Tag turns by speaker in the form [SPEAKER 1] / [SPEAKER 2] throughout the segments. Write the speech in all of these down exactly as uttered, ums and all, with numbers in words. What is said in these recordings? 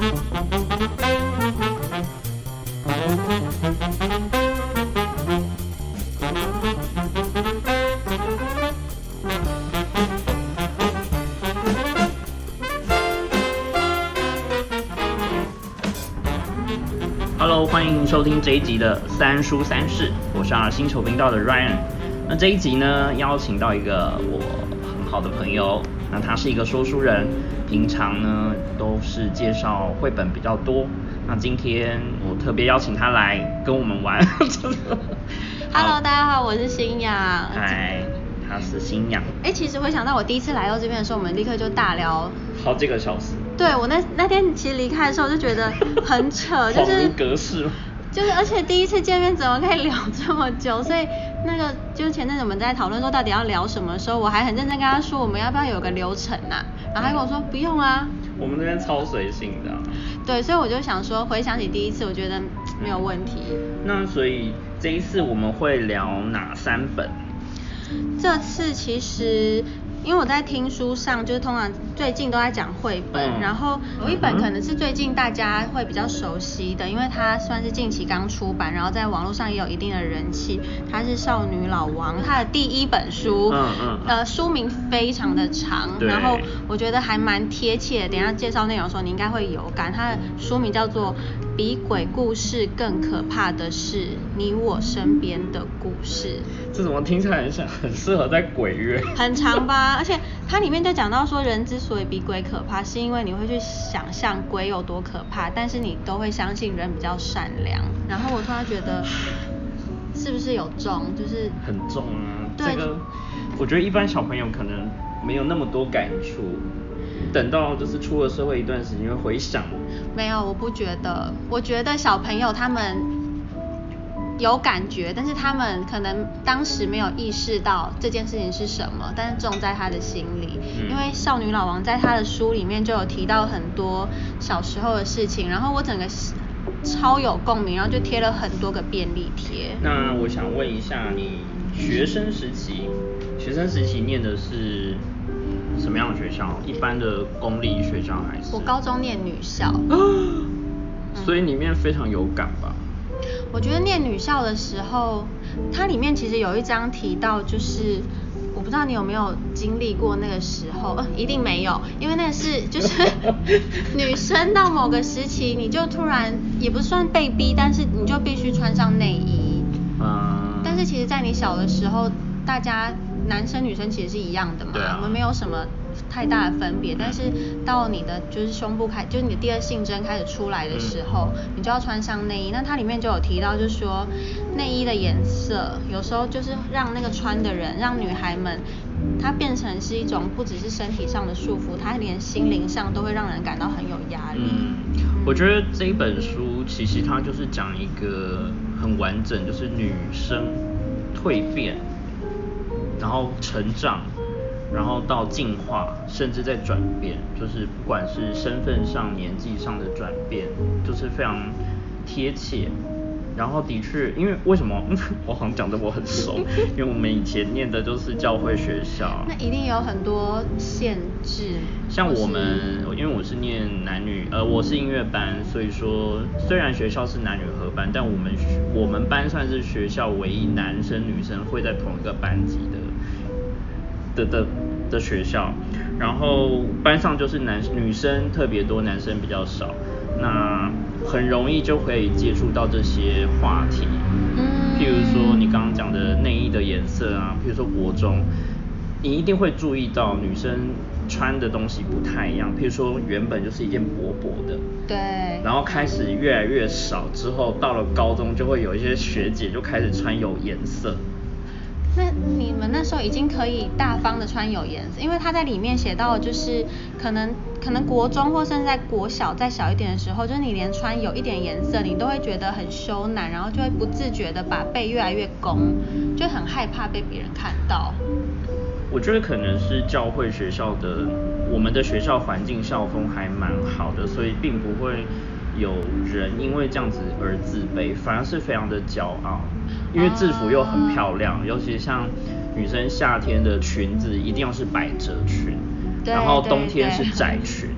[SPEAKER 1] Hello， 欢迎收听这一集的三书三世，我是R星球频道的 Ryan。那这一集呢，邀请到一个我很好的朋友，那他是一个说书人，平常呢都是介绍绘本比较多。那今天我特别邀请他来跟我们玩。
[SPEAKER 2] Hello， 大家好，我是新阳。
[SPEAKER 1] 嗨，他是新阳。
[SPEAKER 2] 哎，其实回想到我第一次来到这边的时候，我们立刻就大聊
[SPEAKER 1] 好几个小时。
[SPEAKER 2] 对，我那那天其实离开的时候就觉得很扯，就是
[SPEAKER 1] 恍如隔世。
[SPEAKER 2] 就是而且第一次见面怎么可以聊这么久？所以那个就是前阵子我们在讨论说到底要聊什么的时候，我还很认真跟他说我们要不要有个流程啊？然后他跟我说不用啊。
[SPEAKER 1] 我们这边超随性的、啊。
[SPEAKER 2] 对，所以我就想说，回想起第一次，我觉得没有问题。
[SPEAKER 1] 那所以这一次我们会聊哪三本？
[SPEAKER 2] 这次其实因为我在听书上，就是通常最近都在讲绘本、嗯，然后有一本可能是最近大家会比较熟悉的，因为它算是近期刚出版，然后在网络上也有一定的人气。它是《少女老王》，它的第一本书，嗯嗯，呃，书名非常的长，然后我觉得还蛮贴切的。等一下介绍内容的时候，你应该会有感。它的书名叫做《比鬼故事更可怕的是你我身边的故事》。
[SPEAKER 1] 这怎么听起来很像，很适合在鬼月？
[SPEAKER 2] 很长吧？而且它里面就讲到说，人之所以比鬼可怕，是因为你会去想象鬼有多可怕，但是你都会相信人比较善良。然后我突然觉得，是不是有中？就是
[SPEAKER 1] 很重啊。
[SPEAKER 2] 对，
[SPEAKER 1] 这个我觉得一般小朋友可能没有那么多感触，等到就是出了社会一段时间会回想。
[SPEAKER 2] 没有，我不觉得。我觉得小朋友他们有感觉，但是他们可能当时没有意识到这件事情是什么，但是种在他的心里。嗯、因为少女老王在他的书里面就有提到很多小时候的事情，然后我整个超有共鸣，然后就贴了很多个便利贴。
[SPEAKER 1] 那我想问一下，你学生时期，学生时期念的是什么样的学校？一般的公立学校还是？
[SPEAKER 2] 我高中念女校。
[SPEAKER 1] 嗯、所以里面非常有感吧？
[SPEAKER 2] 我觉得念女校的时候，它里面其实有一章提到，就是我不知道你有没有经历过那个时候，呃，一定没有，因为那是就是女生到某个时期，你就突然也不算被逼，但是你就必须穿上内衣。嗯。但是其实，在你小的时候，大家男生女生其实是一样的嘛，对啊、我们没有什么太大的分别，但是到你的就是胸部开，就是你的第二性征开始出来的时候，嗯、你就要穿上内衣。那它里面就有提到，就是说内衣的颜色有时候就是让那个穿的人，让女孩们，它变成是一种不只是身体上的束缚，它连心灵上都会让人感到很有压力。
[SPEAKER 1] 嗯，我觉得这一本书其实它就是讲一个很完整，就是女生蜕变，然后成长。然后到进化，甚至在转变，就是不管是身份上、年纪上的转变，就是非常贴切。然后的确，因为为什么我好像讲的我很熟，因为我们以前念的都是教会学校，
[SPEAKER 2] 那一定有很多限制。
[SPEAKER 1] 像我们，因为我是念男女，呃，我是音乐班，所以说虽然学校是男女合班，但我们我们班算是学校唯一男生女生会在同一个班级的。的的的学校，然后班上就是男女生特别多，男生比较少，那很容易就可以接触到这些话题。嗯，譬如说你刚刚讲的内衣的颜色啊，譬如说国中，你一定会注意到女生穿的东西不太一样，譬如说原本就是一件薄薄的，
[SPEAKER 2] 对，
[SPEAKER 1] 然后开始越来越少，之后到了高中就会有一些学姐就开始穿有颜色。
[SPEAKER 2] 那你们那时候已经可以大方的穿有颜色，因为他在里面写到，就是可能可能国中或甚至在国小再小一点的时候，就是你连穿有一点颜色，你都会觉得很羞赧，然后就会不自觉的把背越来越弓，就很害怕被别人看到。
[SPEAKER 1] 我觉得可能是教会学校的，我们的学校环境校风还蛮好的，所以并不会有人因为这样子而自卑，反而是非常的骄傲。因为制服又很漂亮，尤其像女生夏天的裙子一定要是百褶裙，然后冬天是窄裙，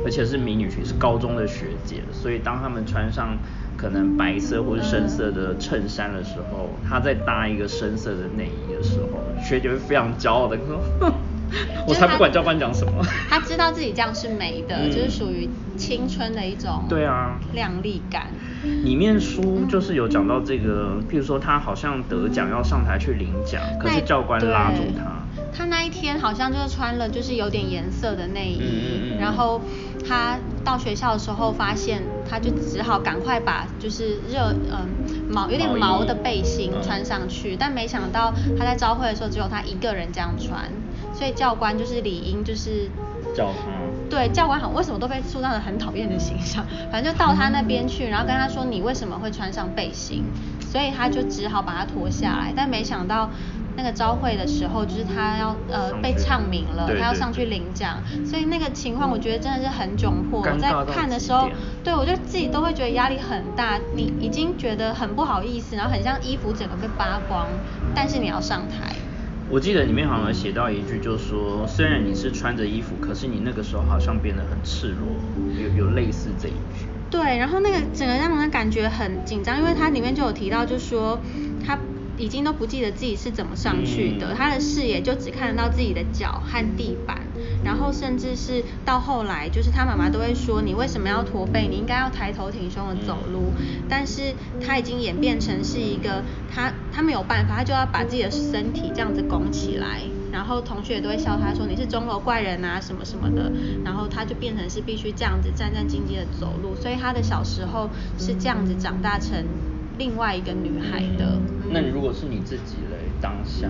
[SPEAKER 1] 而且是迷你裙，是高中的学姐，所以当他们穿上可能白色或者深色的衬衫的时候，她在搭一个深色的内衣的时候，学姐会非常骄傲的说，我才不管教官讲什么。
[SPEAKER 2] 她知道自己这样是美的，嗯、就是属于青春的一种
[SPEAKER 1] 对啊
[SPEAKER 2] 亮丽感。
[SPEAKER 1] 里面书就是有讲到这个，譬如说她好像得奖要上台去领奖，可是教官拉住她。
[SPEAKER 2] 他那一天好像就是穿了就是有点颜色的内衣，嗯嗯嗯然后他到学校的时候发现，他就只好赶快把就是热嗯毛有点毛的背心穿上去，嗯、但没想到他在朝会的时候只有他一个人这样穿，所以教官就是理应就是
[SPEAKER 1] 叫他。
[SPEAKER 2] 对，教官好为什么都被塑造得很讨厌的形象，反正就到他那边去，然后跟他说你为什么会穿上背心，所以他就只好把它脱下来，但没想到。那个朝会的时候，就是他要呃被唱名了，他要上去领奖，所以那个情况我觉得真的是很窘迫。我在看的时候，对我就自己都会觉得压力很大。你已经觉得很不好意思，然后很像衣服整个被扒光，但是你要上台。
[SPEAKER 1] 我记得里面好像写到一句，就是说，虽然你是穿着衣服，可是你那个时候好像变得很赤裸，有有类似这一句。
[SPEAKER 2] 对，然后那个整个让人感觉很紧张，因为它里面就有提到，就说他。已经都不记得自己是怎么上去的，嗯、他的视野就只看得到自己的脚和地板，然后甚至是到后来，就是他妈妈都会说你为什么要驼背，你应该要抬头挺胸的走路，嗯、但是他已经演变成是一个他他没有办法，他就要把自己的身体这样子拱起来，然后同学也都会笑他说你是钟楼怪人啊什么什么的，然后他就变成是必须这样子战战兢兢的走路，所以他的小时候是这样子长大成另外一个女孩的。嗯
[SPEAKER 1] 那你如果是你自己嘞，当下，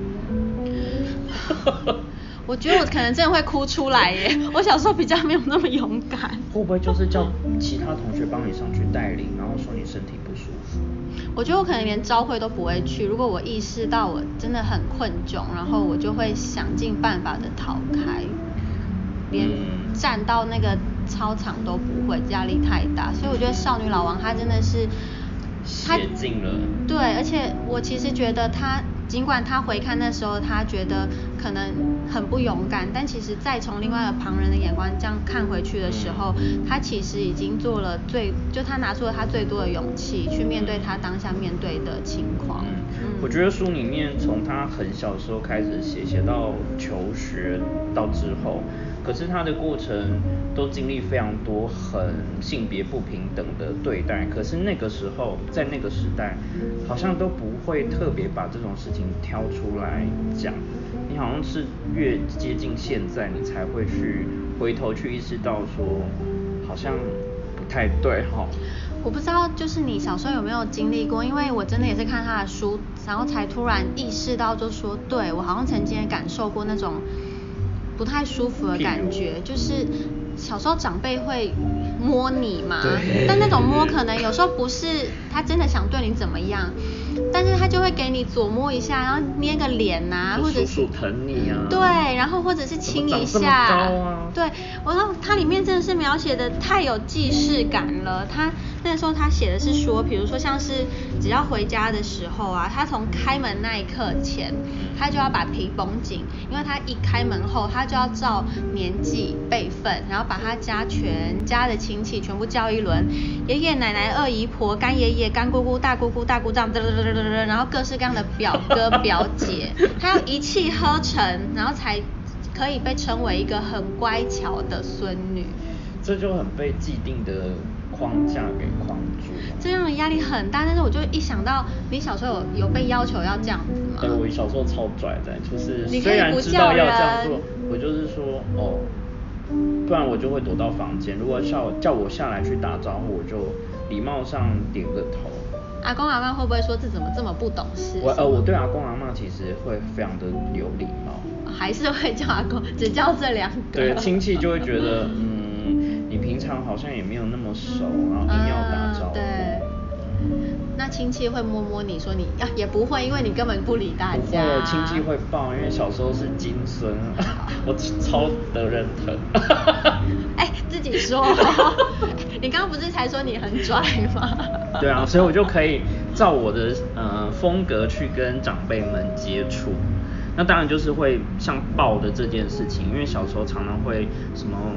[SPEAKER 2] 我觉得我可能真的会哭出来耶。我小时候比较没有那么勇敢。
[SPEAKER 1] 会不会就是叫其他同学帮你上去带领，然后说你身体不舒服？
[SPEAKER 2] 我觉得我可能连朝会都不会去。如果我意识到我真的很困窘，然后我就会想尽办法的逃开，连站到那个操场都不会，压力太大。所以我觉得少女老王她真的是。
[SPEAKER 1] 写尽了。
[SPEAKER 2] 对，而且我其实觉得他，尽管他回看那时候，他觉得可能很不勇敢，但其实再从另外一个旁人的眼光这样看回去的时候，嗯、他其实已经做了最，就他拿出了他最多的勇气去面对他当下面对的情况。嗯
[SPEAKER 1] 嗯、我觉得书里面从他很小的时候开始写，写到求学到之后。可是他的过程都经历非常多很性别不平等的对待，可是那个时候在那个时代好像都不会特别把这种事情挑出来讲，你好像是越接近现在你才会去回头去意识到说好像不太对齁。
[SPEAKER 2] 我不知道就是你小时候有没有经历过，因为我真的也是看他的书，然后才突然意识到就说对，我好像曾经也感受过那种不太舒服的感觉，就是小时候长辈会摸你嘛，但那种摸可能有时候不是他真的想对你怎么样，但是他就会给你左摸一下，然后捏个脸呐、啊，或者
[SPEAKER 1] 是疼你啊，
[SPEAKER 2] 对，然后或者是亲一下，
[SPEAKER 1] 啊、
[SPEAKER 2] 对，我说它里面真的是描写的太有既视感了。他那时候他写的是说，比如说像是只要回家的时候啊，他从开门那一刻前，他就要把皮绷紧，因为他一开门后，他就要照年纪辈分，然后把他家全家的亲戚全部叫一轮，爷爷奶奶、二姨婆、干爷爷、干姑姑、大姑姑、大姑丈，然后各式各样的表哥表姐，他要一气呵成，然后才可以被称为一个很乖巧的孙女。
[SPEAKER 1] 这就很被既定的框架给框住，
[SPEAKER 2] 这样的压力很大。但是我就一想到你小时候有有被要求要这样子吗？
[SPEAKER 1] 对，我小时候超拽的，就是虽然知道要这样做，我就是说哦，不然我就会躲到房间。如果叫叫我下来去打招呼，我就礼貌上点个头。
[SPEAKER 2] 阿公阿嬷会不会说这怎么这么不懂事？
[SPEAKER 1] 我呃，我对阿公阿嬷其实会非常的有礼貌，
[SPEAKER 2] 还是会叫阿公，只叫这两个。
[SPEAKER 1] 对，亲戚就会觉得嗯，你平常好像也没有那么熟，然后硬要打招呼。
[SPEAKER 2] 嗯、对。那亲戚会摸摸你说你呀、啊、也不会，因为你根本不理大家。
[SPEAKER 1] 不会，亲戚会抱，因为小时候是金孙，我超得人疼。
[SPEAKER 2] 哎、欸，自己说，你刚刚不是才说你很拽吗？
[SPEAKER 1] 对啊，所以我就可以照我的呃风格去跟长辈们接触。那当然就是会像抱的这件事情，因为小时候常常会什么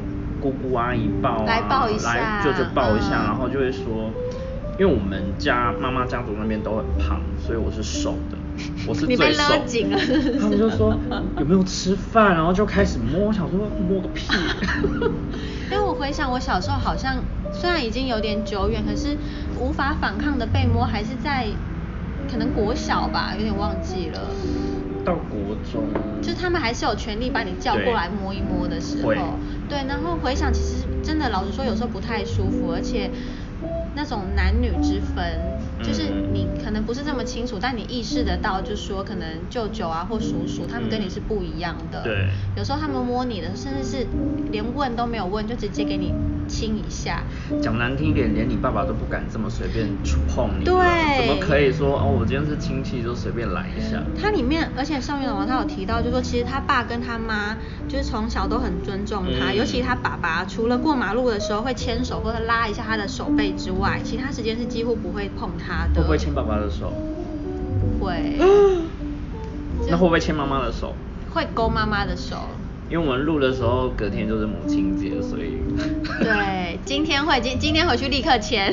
[SPEAKER 1] 姑姑阿姨抱啊，
[SPEAKER 2] 来抱一下，
[SPEAKER 1] 来舅舅抱一下，
[SPEAKER 2] 嗯、
[SPEAKER 1] 然后就会说，因为我们家妈妈家族那边都很胖，所以我是瘦的，我是最瘦。
[SPEAKER 2] 你被勒紧了是不是？
[SPEAKER 1] 他们就说有没有吃饭，然后就开始摸，我想说摸个屁。
[SPEAKER 2] 因为我回想我小时候好像虽然已经有点久远，可是无法反抗的被摸还是在可能国小吧，有点忘记了。
[SPEAKER 1] 到国中，
[SPEAKER 2] 就是他们还是有权利把你叫过来摸一摸的时候，对，然后回想其实真的老实说有时候不太舒服，而且那种男女之分，就是你可能不是这么清楚，但你意识得到，就是说可能舅舅啊或叔叔他们跟你是不一样的，
[SPEAKER 1] 对，
[SPEAKER 2] 有时候他们摸你的，甚至是连问都没有问就直接给你亲一下，
[SPEAKER 1] 讲难听一点，连你爸爸都不敢这么随便碰你，
[SPEAKER 2] 对，
[SPEAKER 1] 怎么可以说哦我今天是亲戚就随便来一下？
[SPEAKER 2] 他里面而且少云老王他有提到，就是说其实他爸跟他妈就是从小都很尊重他，嗯、尤其他爸爸除了过马路的时候会牵手或者拉一下他的手背之外，其他时间是几乎不会碰他的。
[SPEAKER 1] 会不会牵爸爸的手？
[SPEAKER 2] 不会。
[SPEAKER 1] 那会不会牵妈妈的手？
[SPEAKER 2] 会勾妈妈的手。
[SPEAKER 1] 因为我们录的时候隔天就是母亲节，所以
[SPEAKER 2] 对，今天会今今天回去立刻签，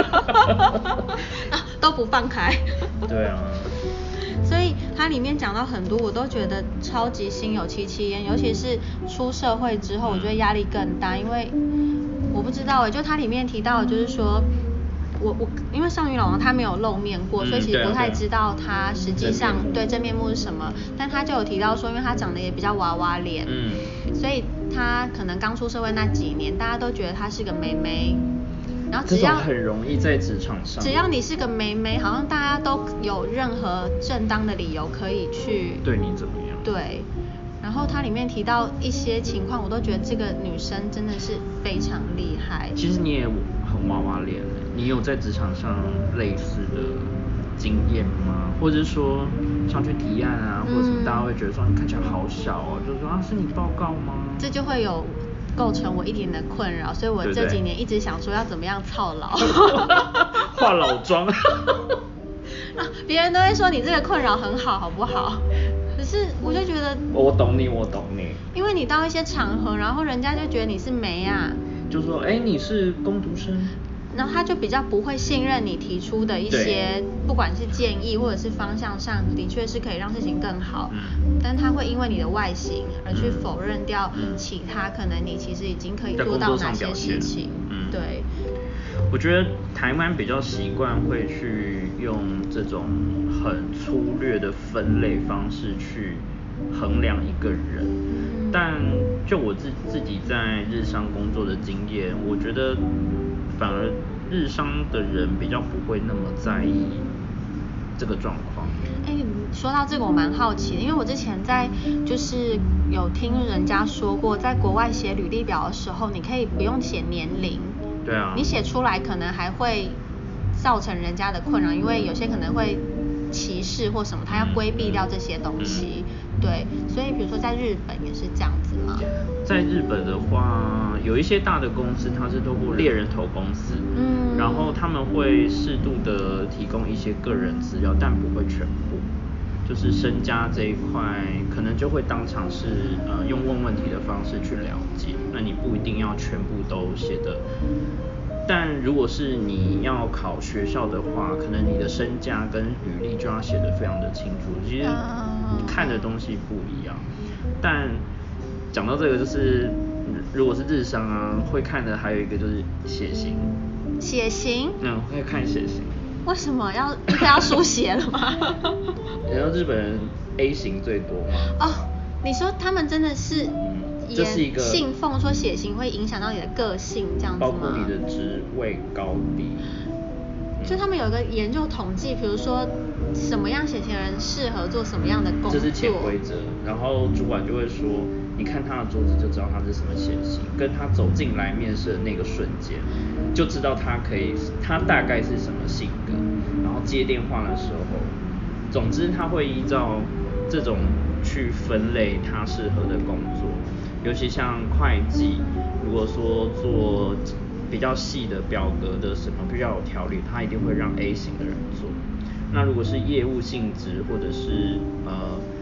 [SPEAKER 2] 都不放开。
[SPEAKER 1] 对啊。
[SPEAKER 2] 所以它里面讲到很多，我都觉得超级心有戚戚焉，尤其是出社会之后，我觉得压力更大，因为我不知道哎，就它里面提到就是说。我我因为少女老王他没有露面过，嗯、所以其实不太知道他实际上对真面目是什么。但他就有提到说，因为他长得也比较娃娃脸，嗯，所以他可能刚出社会那几年，大家都觉得他是个妹妹。然后只要
[SPEAKER 1] 很容易在职场上，
[SPEAKER 2] 只要你是个妹妹，好像大家都有任何正当的理由可以去
[SPEAKER 1] 对你怎么样。
[SPEAKER 2] 对。然后它里面提到一些情况，我都觉得这个女生真的是非常厉害。
[SPEAKER 1] 其实你也很娃娃脸，你有在职场上类似的经验吗？或者是说上去提案啊，或者是大家会觉得说你看起来好小哦，就是说啊是你报告吗？
[SPEAKER 2] 这就会有构成我一点的困扰，所以我这几年一直想说要怎么样操劳，
[SPEAKER 1] 化老妆。
[SPEAKER 2] 别人都会说你这个困扰很好，好不好？可是我就觉得，
[SPEAKER 1] 我懂你，我懂你。
[SPEAKER 2] 因为你到一些场合，然后人家就觉得你是媒啊，
[SPEAKER 1] 就说哎你是工读生，
[SPEAKER 2] 然后他就比较不会信任你提出的一些，不管是建议或者是方向上，的确是可以让事情更好。嗯。但他会因为你的外形而去否认掉其他可能你其实已经可以做到哪些事情。嗯。对。
[SPEAKER 1] 我觉得台湾比较习惯会去用这种很粗略的分类方式去衡量一个人，嗯、但就我自自己在日商工作的经验，我觉得反而日商的人比较不会那么在意这个状况。
[SPEAKER 2] 哎、欸，说到这个我蛮好奇的，因为我之前在就是有听人家说过，在国外写履历表的时候，你可以不用写年龄。
[SPEAKER 1] 对啊，
[SPEAKER 2] 你写出来可能还会造成人家的困扰，因为有些可能会歧视或什么，他要规避掉这些东西。嗯、对，所以比如说在日本也是这样子吗？
[SPEAKER 1] 在日本的话，有一些大的公司它是透过猎人头公司，嗯，然后他们会适度的提供一些个人资料，但不会全部。就是身家这一块，可能就会当场是呃用问问题的方式去了解，那你不一定要全部都写的。但如果是你要考学校的话，可能你的身家跟履历就要写得非常的清楚，其实看的东西不一样。但讲到这个，就是如果是日商啊，会看的还有一个就是血型。
[SPEAKER 2] 血型？
[SPEAKER 1] 嗯，会看血型。
[SPEAKER 2] 为什么要一个要输血了吗？
[SPEAKER 1] 然后日本人 A 型最多嘛。
[SPEAKER 2] 哦，你说他们真的是，
[SPEAKER 1] 嗯，这是一个
[SPEAKER 2] 信奉说血型会影响到你的个性这样子吗？
[SPEAKER 1] 包括你的职位高低。
[SPEAKER 2] 就他们有一个研究统计，比如说什么样血型的人适合做什么样的工作，
[SPEAKER 1] 这是潜规则。然后主管就会说，你看他的桌子就知道他是什么血型，跟他走进来面试的那个瞬间，就知道他可以，他大概是什么性格。然后接电话的时候，总之他会依照这种去分类他适合的工作。尤其像会计，如果说做比较细的表格的什么比较有条理，他一定会让 A 型的人做。那如果是业务性质或者是呃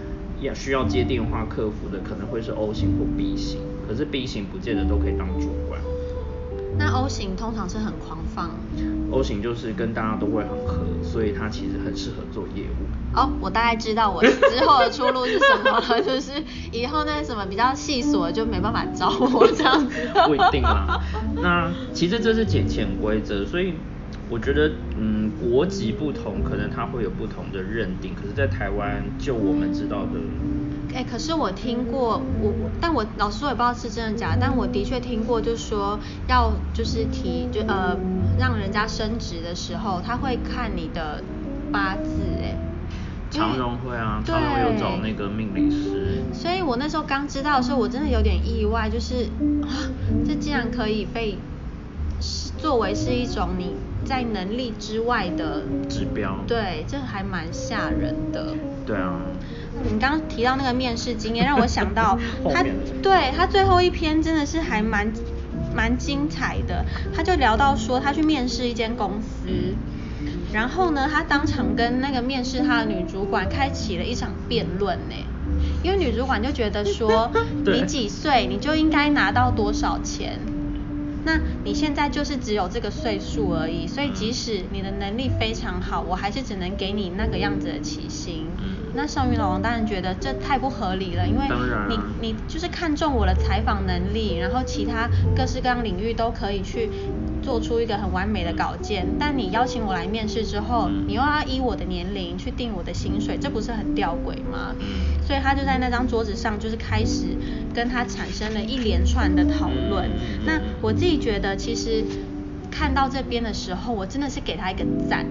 [SPEAKER 1] 要需要接电话客服的，可能会是 O 型或 B 型，可是 B 型不见得都可以当主管。
[SPEAKER 2] 那 O 型通常是很狂放。
[SPEAKER 1] O 型就是跟大家都会很合，所以他其实很适合做业务。
[SPEAKER 2] 哦，我大概知道我之后的出路是什么了，就是以后那什么比较细琐就没办法找我这样子。
[SPEAKER 1] 不一定啦，那其实这是潜潜规则，所以我觉得嗯国籍不同，可能它会有不同的认定，可是在台湾就我们知道的。
[SPEAKER 2] 哎、欸，可是我听过，我但我老师我也不知道是真的假的，但我的确听过，就是说要就是提就呃让人家升职的时候，他会看你的八字，哎，
[SPEAKER 1] 长荣会啊，长荣有找那个命理师。
[SPEAKER 2] 所以我那时候刚知道的时候，我真的有点意外，就是啊，这竟然可以被作为是一种你在能力之外的
[SPEAKER 1] 指标。
[SPEAKER 2] 对，这还蛮吓人的。
[SPEAKER 1] 对啊。
[SPEAKER 2] 你刚刚提到那个面试经验，让我想到他对他最后一篇真的是还蛮蛮精彩的。他就聊到说他去面试一间公司，然后呢，他当场跟那个面试他的女主管开启了一场辩论呢。因为女主管就觉得说，你几岁你就应该拿到多少钱。那你现在就是只有这个岁数而已，所以即使你的能力非常好，我还是只能给你那个样子的起薪。嗯、那少云老王当然觉得这太不合理了，因为你你就是看中我的采访能力，然后其他各式各样领域都可以去做出一个很完美的稿件，但你邀请我来面试之后，嗯、你又要依我的年龄去定我的薪水，这不是很吊诡吗？嗯、所以他就在那张桌子上就是开始跟他产生了一连串的讨论。嗯、那我自己觉得其实看到这边的时候，我真的是给他一个赞。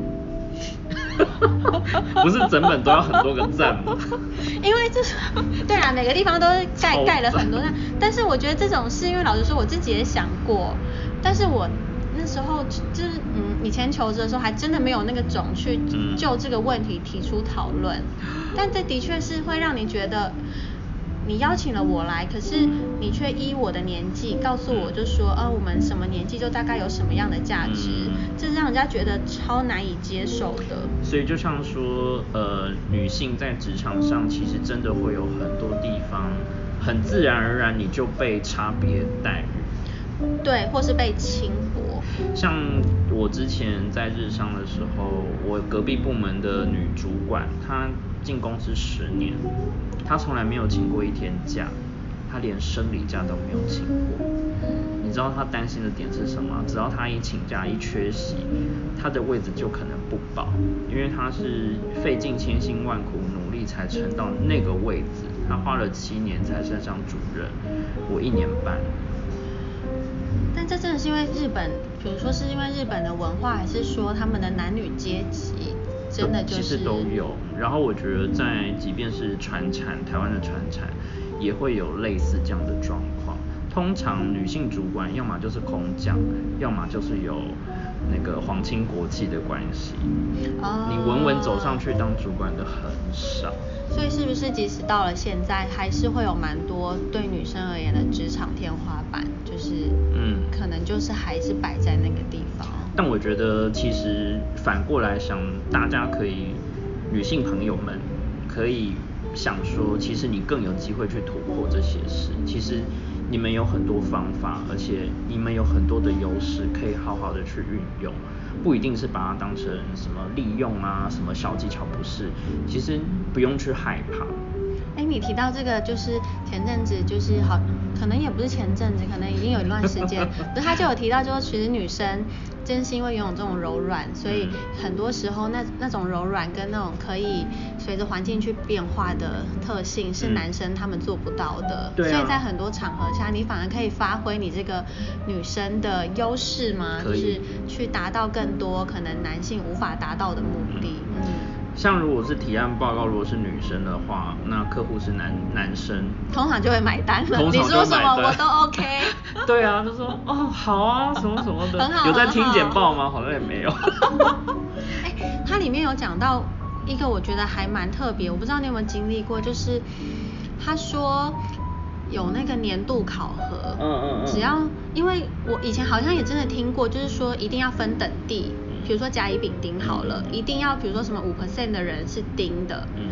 [SPEAKER 1] 不是整本都要很多个赞吗？
[SPEAKER 2] 因为这是对啊，每个地方都是盖盖了很多赞，但是我觉得这种事，因为老实说我自己也想过，但是我那时候就是嗯以前求职的时候还真的没有那个种去就这个问题提出讨论，嗯、但这的确是会让你觉得。你邀请了我来，可是你却依我的年纪告诉我，就说，呃，我们什么年纪就大概有什么样的价值，嗯、这让人家觉得超难以接受的。
[SPEAKER 1] 所以就像说，呃，女性在职场上其实真的会有很多地方，很自然而然你就被差别待遇。
[SPEAKER 2] 对，或是被轻薄。
[SPEAKER 1] 像我之前在日商的时候，我隔壁部门的女主管，她进公司十年，她从来没有请过一天假，她连生理假都没有请过。你知道她担心的点是什么？只要她一请假一缺席，她的位置就可能不保，因为她是费尽千辛万苦努力才撑到那个位置，她花了七年才升上主任，我一年半。
[SPEAKER 2] 但这真的是因为日本，比如说是因为日本的文化，还是说他们的男女阶级真的就是？
[SPEAKER 1] 其实都有。然后我觉得在即便是传产，台湾的传产也会有类似这样的状况。通常女性主管要么就是空降，要么就是有那个皇亲国戚的关系。哦。你稳稳走上去当主管的很少。
[SPEAKER 2] 所以是不是即使到了现在，还是会有蛮多对女生而言的职场天花板，就是嗯，可能就是还是摆在那个地方。
[SPEAKER 1] 但我觉得其实反过来想，大家可以女性朋友们可以想说，其实你更有机会去突破这些事。其实你们有很多方法，而且你们有很多的优势，可以好好的去运用。不一定是把它当成什么利用啊，什么小技巧，不是，其实不用去害怕。
[SPEAKER 2] 哎，你提到这个，就是前阵子就是好，可能也不是前阵子，可能已经有一段时间，不是他就有提到，就是其实女生正是因为拥有这种柔软，所以很多时候那那种柔软跟那种可以随着环境去变化的特性，是男生他们做不到的。
[SPEAKER 1] 对啊。
[SPEAKER 2] 所以在很多场合下，你反而可以发挥你这个女生的优势嘛，就是去达到更多可能男性无法达到的目的。嗯。嗯
[SPEAKER 1] 像如果是提案报告，如果是女生的话，那客户是男男生，
[SPEAKER 2] 通常就会买单了。
[SPEAKER 1] 通常就买单。
[SPEAKER 2] 你说什么我都 OK。
[SPEAKER 1] 对啊，就说哦好啊，什么什么的。
[SPEAKER 2] 很好。
[SPEAKER 1] 有在听简报吗？好像也没有。
[SPEAKER 2] 哎，它里面有讲到一个我觉得还蛮特别，我不知道你有没有经历过，就是他说有那个年度考核，嗯嗯嗯，只要因为我以前好像也真的听过，就是说一定要分等地。比如说甲乙丙丁好了，一定要比如说什么五 percent 的人是丁的，嗯，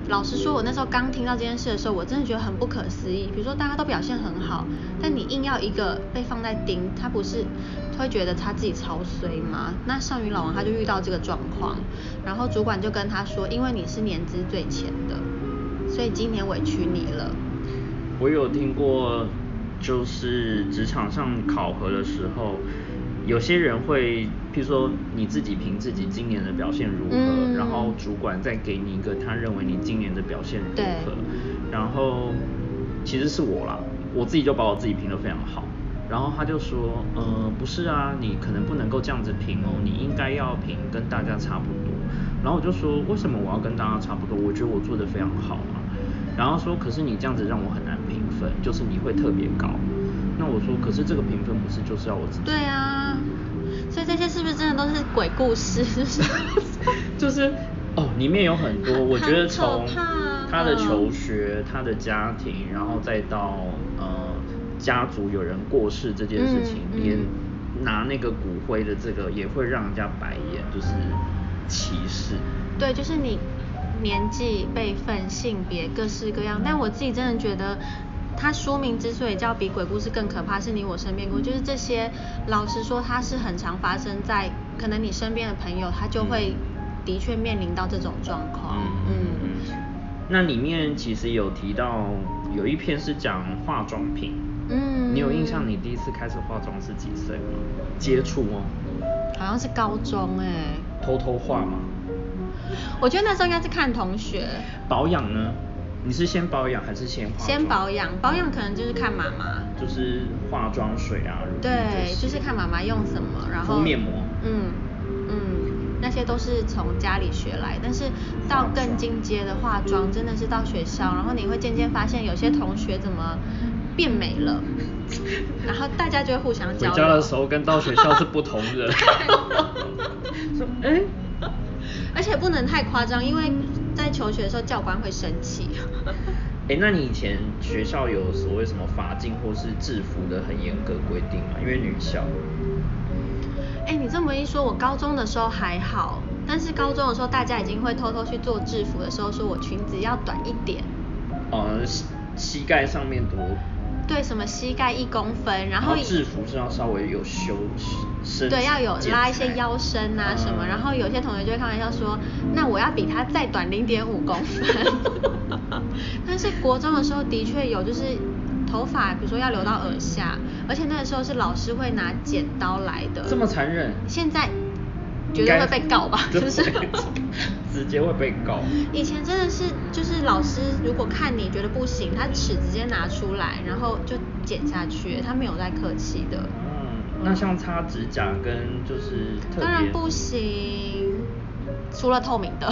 [SPEAKER 2] 老实说，我那时候刚听到这件事的时候，我真的觉得很不可思议。比如说大家都表现很好，但你硬要一个被放在盯，他不是会觉得他自己超衰吗？那上云老王他就遇到这个状况，然后主管就跟他说，因为你是年资最浅的，所以今年委屈你了。
[SPEAKER 1] 我有听过，就是职场上考核的时候，有些人会，譬如说你自己评自己今年的表现如何，嗯、然后主管再给你一个他认为你今年的表现如何，然后其实是我啦，我自己就把我自己评得非常好，然后他就说，呃，不是啊，你可能不能够这样子评哦，你应该要评跟大家差不多。然后我就说，为什么我要跟大家差不多？我觉得我做得非常好啊。然后说，可是你这样子让我很难评分，就是你会特别高。那我说，可是这个评分不是就是要我自己？
[SPEAKER 2] 对啊，所以这些是不是真的都是鬼故事？
[SPEAKER 1] 就是哦，里面有很多，我觉得从他的求学、他的家庭，然后再到呃家族有人过世这件事情，嗯、连拿那个骨灰的这个也会让人家白眼，就是歧视。
[SPEAKER 2] 对，就是你。年纪、辈分、性别各式各样，但我自己真的觉得，它书名之所以叫比鬼故事更可怕，是你我身边过，就是这些，老实说，它是很常发生在可能你身边的朋友，他就会的确面临到这种状况。嗯嗯
[SPEAKER 1] 嗯。那里面其实有提到有一篇是讲化妆品。嗯。你有印象你第一次开始化妆是几岁吗？接触哦。
[SPEAKER 2] 好像是高中哎、欸。
[SPEAKER 1] 偷偷化吗？
[SPEAKER 2] 我觉得那时候应该是看同学。
[SPEAKER 1] 保养呢？你是先保养还是先化妆？
[SPEAKER 2] 先保养，保养可能就是看妈妈。
[SPEAKER 1] 就是化妆水啊，乳
[SPEAKER 2] 对，就是看妈妈用什么，然后
[SPEAKER 1] 敷面膜。
[SPEAKER 2] 嗯嗯，那些都是从家里学来，但是到更进阶的化妆，真的是到学校，然后你会渐渐发现有些同学怎么变美了，然后大家就会互相交流。
[SPEAKER 1] 回家的时候跟到学校是不同人。说哎。欸
[SPEAKER 2] 而且不能太夸张，因为在求学的时候教官会生气。
[SPEAKER 1] 哎、欸，那你以前学校有所谓什么法禁或是制服的很严格规定吗？因为女校。
[SPEAKER 2] 哎、欸，你这么一说，我高中的时候还好，但是高中的时候大家已经会偷偷去做制服的时候，说我裙子要短一点。
[SPEAKER 1] 呃，膝盖上面多。
[SPEAKER 2] 对，什么膝盖一公分，然后,
[SPEAKER 1] 然后制服是要稍微有修身，
[SPEAKER 2] 对，要有拉一些腰身啊什么，嗯、然后有些同学就会开玩笑说，那我要比他再短零点五公分。但是国中的时候的确有，就是头发比如说要留到耳下，而且那个时候是老师会拿剪刀来的。
[SPEAKER 1] 这么残忍？
[SPEAKER 2] 现在绝对会被告吧？就是。
[SPEAKER 1] 直接会被告。
[SPEAKER 2] 以前真的是，就是老师如果看你觉得不行，他尺直接拿出来，然后就剪下去，他没有在客气的。
[SPEAKER 1] 嗯，那像擦指甲跟就是特别。
[SPEAKER 2] 当然不行，除了透明的。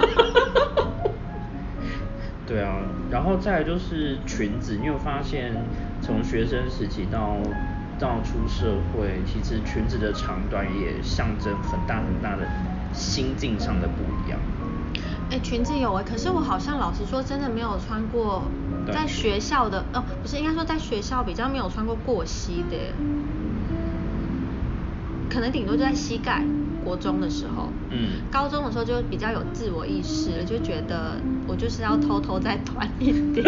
[SPEAKER 1] 对啊，然后再来就是裙子，你有发现从学生时期到到出社会，其实裙子的长短也象征很大很大的心境上的不一样。
[SPEAKER 2] 哎、欸，裙子有哎、欸，可是我好像老实说，真的没有穿过在学校的哦，不是，应该说在学校比较没有穿过过膝的，可能顶多就在膝盖。国中的时候，嗯，高中的时候就比较有自我意识，就觉得我就是要偷偷再短一点，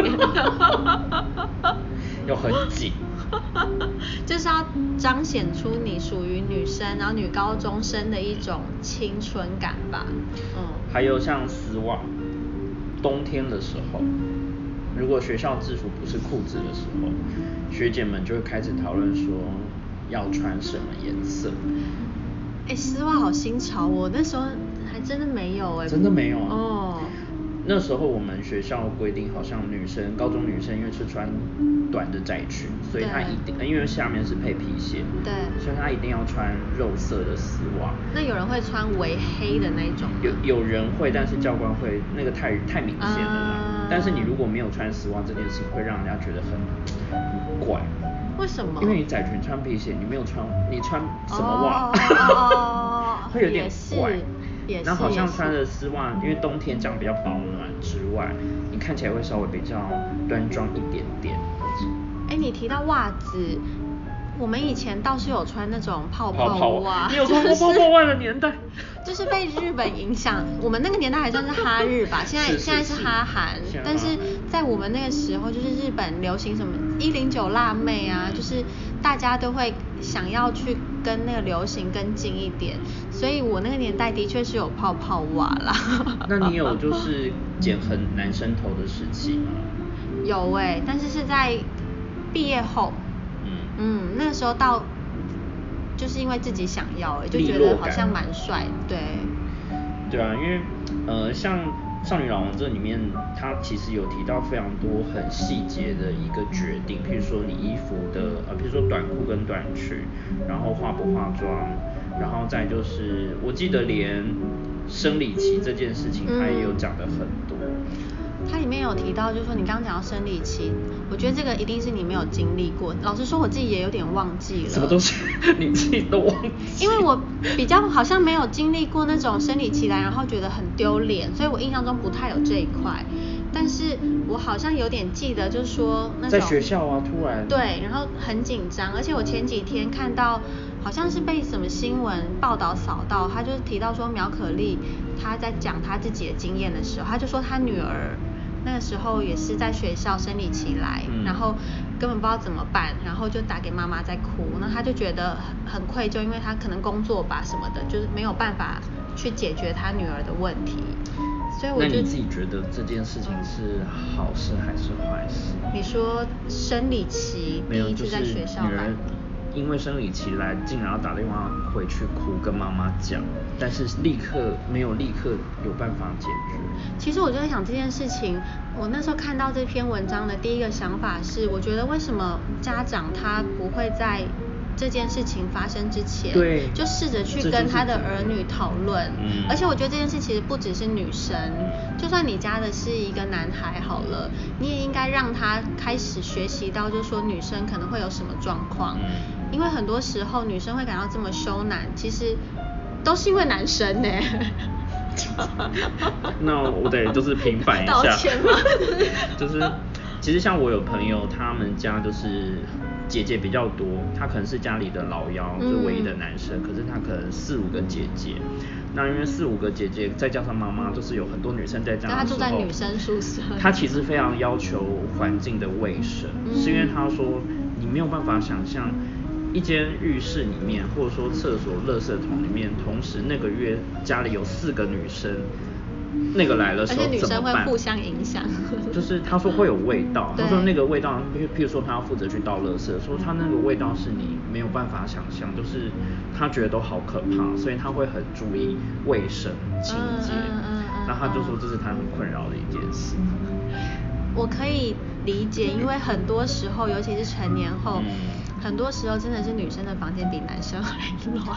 [SPEAKER 1] 有很紧，
[SPEAKER 2] 就是要彰显出你属于女生，然后女高中生的一种青春感吧。嗯，
[SPEAKER 1] 还有像丝袜，冬天的时候，如果学校制服不是裤子的时候，学姐们就会开始讨论说要穿什么颜色。
[SPEAKER 2] 哎、欸，丝袜好新潮，我那时候还真的没有哎、欸。
[SPEAKER 1] 真的没有啊？
[SPEAKER 2] 哦。
[SPEAKER 1] 那时候我们学校规定，好像女生高中女生因为是穿短的窄裙，所以她一定因为下面是配皮鞋，
[SPEAKER 2] 对，
[SPEAKER 1] 所以她一定要穿肉色的丝袜。
[SPEAKER 2] 那有人会穿微黑的那种吗？
[SPEAKER 1] 有有人会，但是教官会那个太太明显了啦。Uh、但是你如果没有穿丝袜，这件事情会让人家觉得很很怪。
[SPEAKER 2] 为什么？
[SPEAKER 1] 因为你窄裙穿皮鞋，你没有穿，你穿什么袜？
[SPEAKER 2] 哦，
[SPEAKER 1] 会有点怪。
[SPEAKER 2] 也是。
[SPEAKER 1] 那好像穿的丝袜，因为冬天这样比较保暖之外，你看起来会稍微比较端庄一点点。
[SPEAKER 2] 哎，你提到袜子，我们以前倒是有穿那种泡
[SPEAKER 1] 泡
[SPEAKER 2] 泡袜。
[SPEAKER 1] 你有穿过泡泡袜的年代？
[SPEAKER 2] 就是被日本影响。我们那个年代还算是哈日吧，现在
[SPEAKER 1] 是是是
[SPEAKER 2] 现在是哈韩，但是在我们那个时候，就是日本流行什么一零九辣妹啊，就是大家都会想要去跟那个流行跟进一点，所以我那个年代的确是有泡泡袜啦。
[SPEAKER 1] 那你有就是剪很男生头的时期吗？
[SPEAKER 2] 有哎、欸，但是是在毕业后，嗯嗯，那个时候到就是因为自己想要哎、欸，就觉得好像蛮帅，对。
[SPEAKER 1] 对啊，因为呃像《少女老王》这里面，它其实有提到非常多很细节的一个决定，譬如说你衣服的呃，譬如说短裤跟短裙，然后化不化妆，然后再就是我记得连生理期这件事情，它也有讲的很多。
[SPEAKER 2] 它里面有提到，就是说你刚刚讲到生理期，我觉得这个一定是你没有经历过。老实说，我自己也有点忘记了。
[SPEAKER 1] 什么东西？你自己都忘记？
[SPEAKER 2] 因为我比较好像没有经历过那种生理期来，然后觉得很丢脸，所以我印象中不太有这一块。但是我好像有点记得，就是说那种
[SPEAKER 1] 在学校啊，突然
[SPEAKER 2] 对，然后很紧张，而且我前几天看到好像是被什么新闻报道扫到，他就是提到说苗可丽她在讲她自己的经验的时候，她就说她女儿那个时候也是在学校生理期来，嗯、然后根本不知道怎么办，然后就打给妈妈在哭，那她就觉得很很愧疚，因为她可能工作吧什么的，就是没有办法去解决她女儿的问题。所以我就
[SPEAKER 1] 那你自己觉得这件事情是好事还是坏事？
[SPEAKER 2] 你说生理期第一次在学校来，
[SPEAKER 1] 因为生理期来，竟然要打电话回去哭跟妈妈讲，但是立刻没有立刻有办法解决。
[SPEAKER 2] 其实我就在想这件事情，我那时候看到这篇文章的第一个想法是，我觉得为什么家长他不会在这件事情发生之前，
[SPEAKER 1] 对，
[SPEAKER 2] 就试着去跟他的儿女讨论。嗯，而且我觉得这件事其实不只是女生，嗯、就算你家的是一个男孩好了，你也应该让他开始学习到，就是说女生可能会有什么状况。嗯，因为很多时候女生会感到这么羞赧，其实都是因为男生呢。
[SPEAKER 1] 那我得就是平反一下。
[SPEAKER 2] 道歉吗？
[SPEAKER 1] 就是，其实像我有朋友，他们家就是姐姐比较多，他可能是家里的老幺，嗯、就唯一的男生，可是他可能四五个姐姐。那因为四五个姐姐，再加上妈妈，就是有很多女生在家的时候，
[SPEAKER 2] 他住在女生宿舍。
[SPEAKER 1] 他其实非常要求环境的卫生，嗯、是因为他说你没有办法想象一间浴室里面，或者说厕所垃圾桶里面，同时那个月家里有四个女生，那个来的时候怎么办？而且女生会
[SPEAKER 2] 互相影响。
[SPEAKER 1] 就是他说会有味道，他说那个味道，譬如说他要负责去倒垃圾，说他那个味道是你没有办法想象，就是他觉得都好可怕，所以他会很注意卫生清洁。嗯嗯嗯嗯、那他就说这是他很困扰的一件事。
[SPEAKER 2] 我可以理解，因为很多时候，尤其是成年后。嗯，很多时候真的是女生的房间比男生还乱。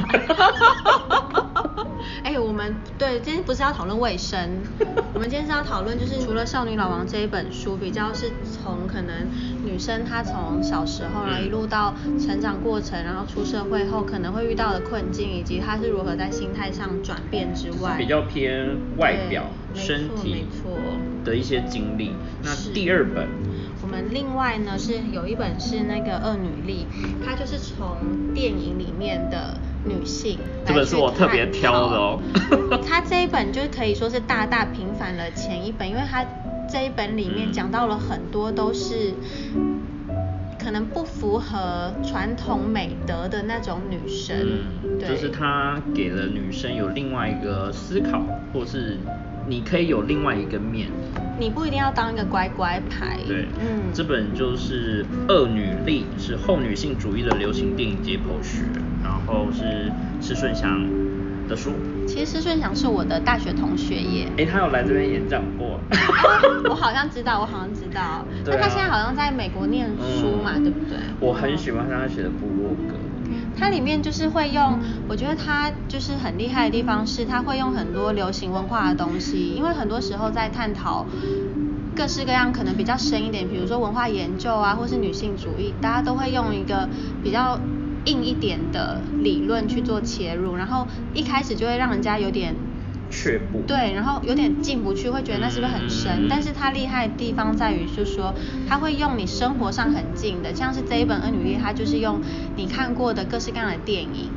[SPEAKER 2] 哎、欸，我们对今天不是要讨论卫生，我们今天是要讨论就是除了《少女老王》这一本书，比较是从可能女生她从小时候然后一路到成长过程，然后出社会后可能会遇到的困境，以及她是如何在心态上转变之外，
[SPEAKER 1] 比较偏外表、身体的一些经历。那第二本。
[SPEAKER 2] 我们另外呢是有一本是那个《恶女力》，它就是从电影里面的女性，
[SPEAKER 1] 这本是我特别挑的哦。
[SPEAKER 2] 它这一本就可以说是大大平反了前一本，因为它这一本里面讲到了很多都是可能不符合传统美德的那种女生，
[SPEAKER 1] 嗯、
[SPEAKER 2] 对，
[SPEAKER 1] 就是它给了女生有另外一个思考，或是你可以有另外一个面。
[SPEAKER 2] 你不一定要当一个乖乖牌。
[SPEAKER 1] 对，嗯，这本就是《恶女力》，是后女性主义的流行电影解剖学，然后是施顺祥的书。
[SPEAKER 2] 其实施顺祥是我的大学同学耶。
[SPEAKER 1] 哎，他有来这边演讲过。
[SPEAKER 2] 我好像知道，我好像知道。那、啊、他现在好像在美国念书嘛，嗯、对不对？
[SPEAKER 1] 我很喜欢他写的部落格。
[SPEAKER 2] 它里面就是会用，我觉得它就是很厉害的地方是，它会用很多流行文化的东西，因为很多时候在探讨各式各样可能比较深一点，比如说文化研究啊，或是女性主义，大家都会用一个比较硬一点的理论去做切入，然后一开始就会让人家有点
[SPEAKER 1] 却步，
[SPEAKER 2] 对，然后有点进不去，会觉得那是不是很深？嗯、但是它厉害的地方在于，就是说它会用你生活上很近的，像是这一本《恶女力》，它就是用你看过的各式各样的电影，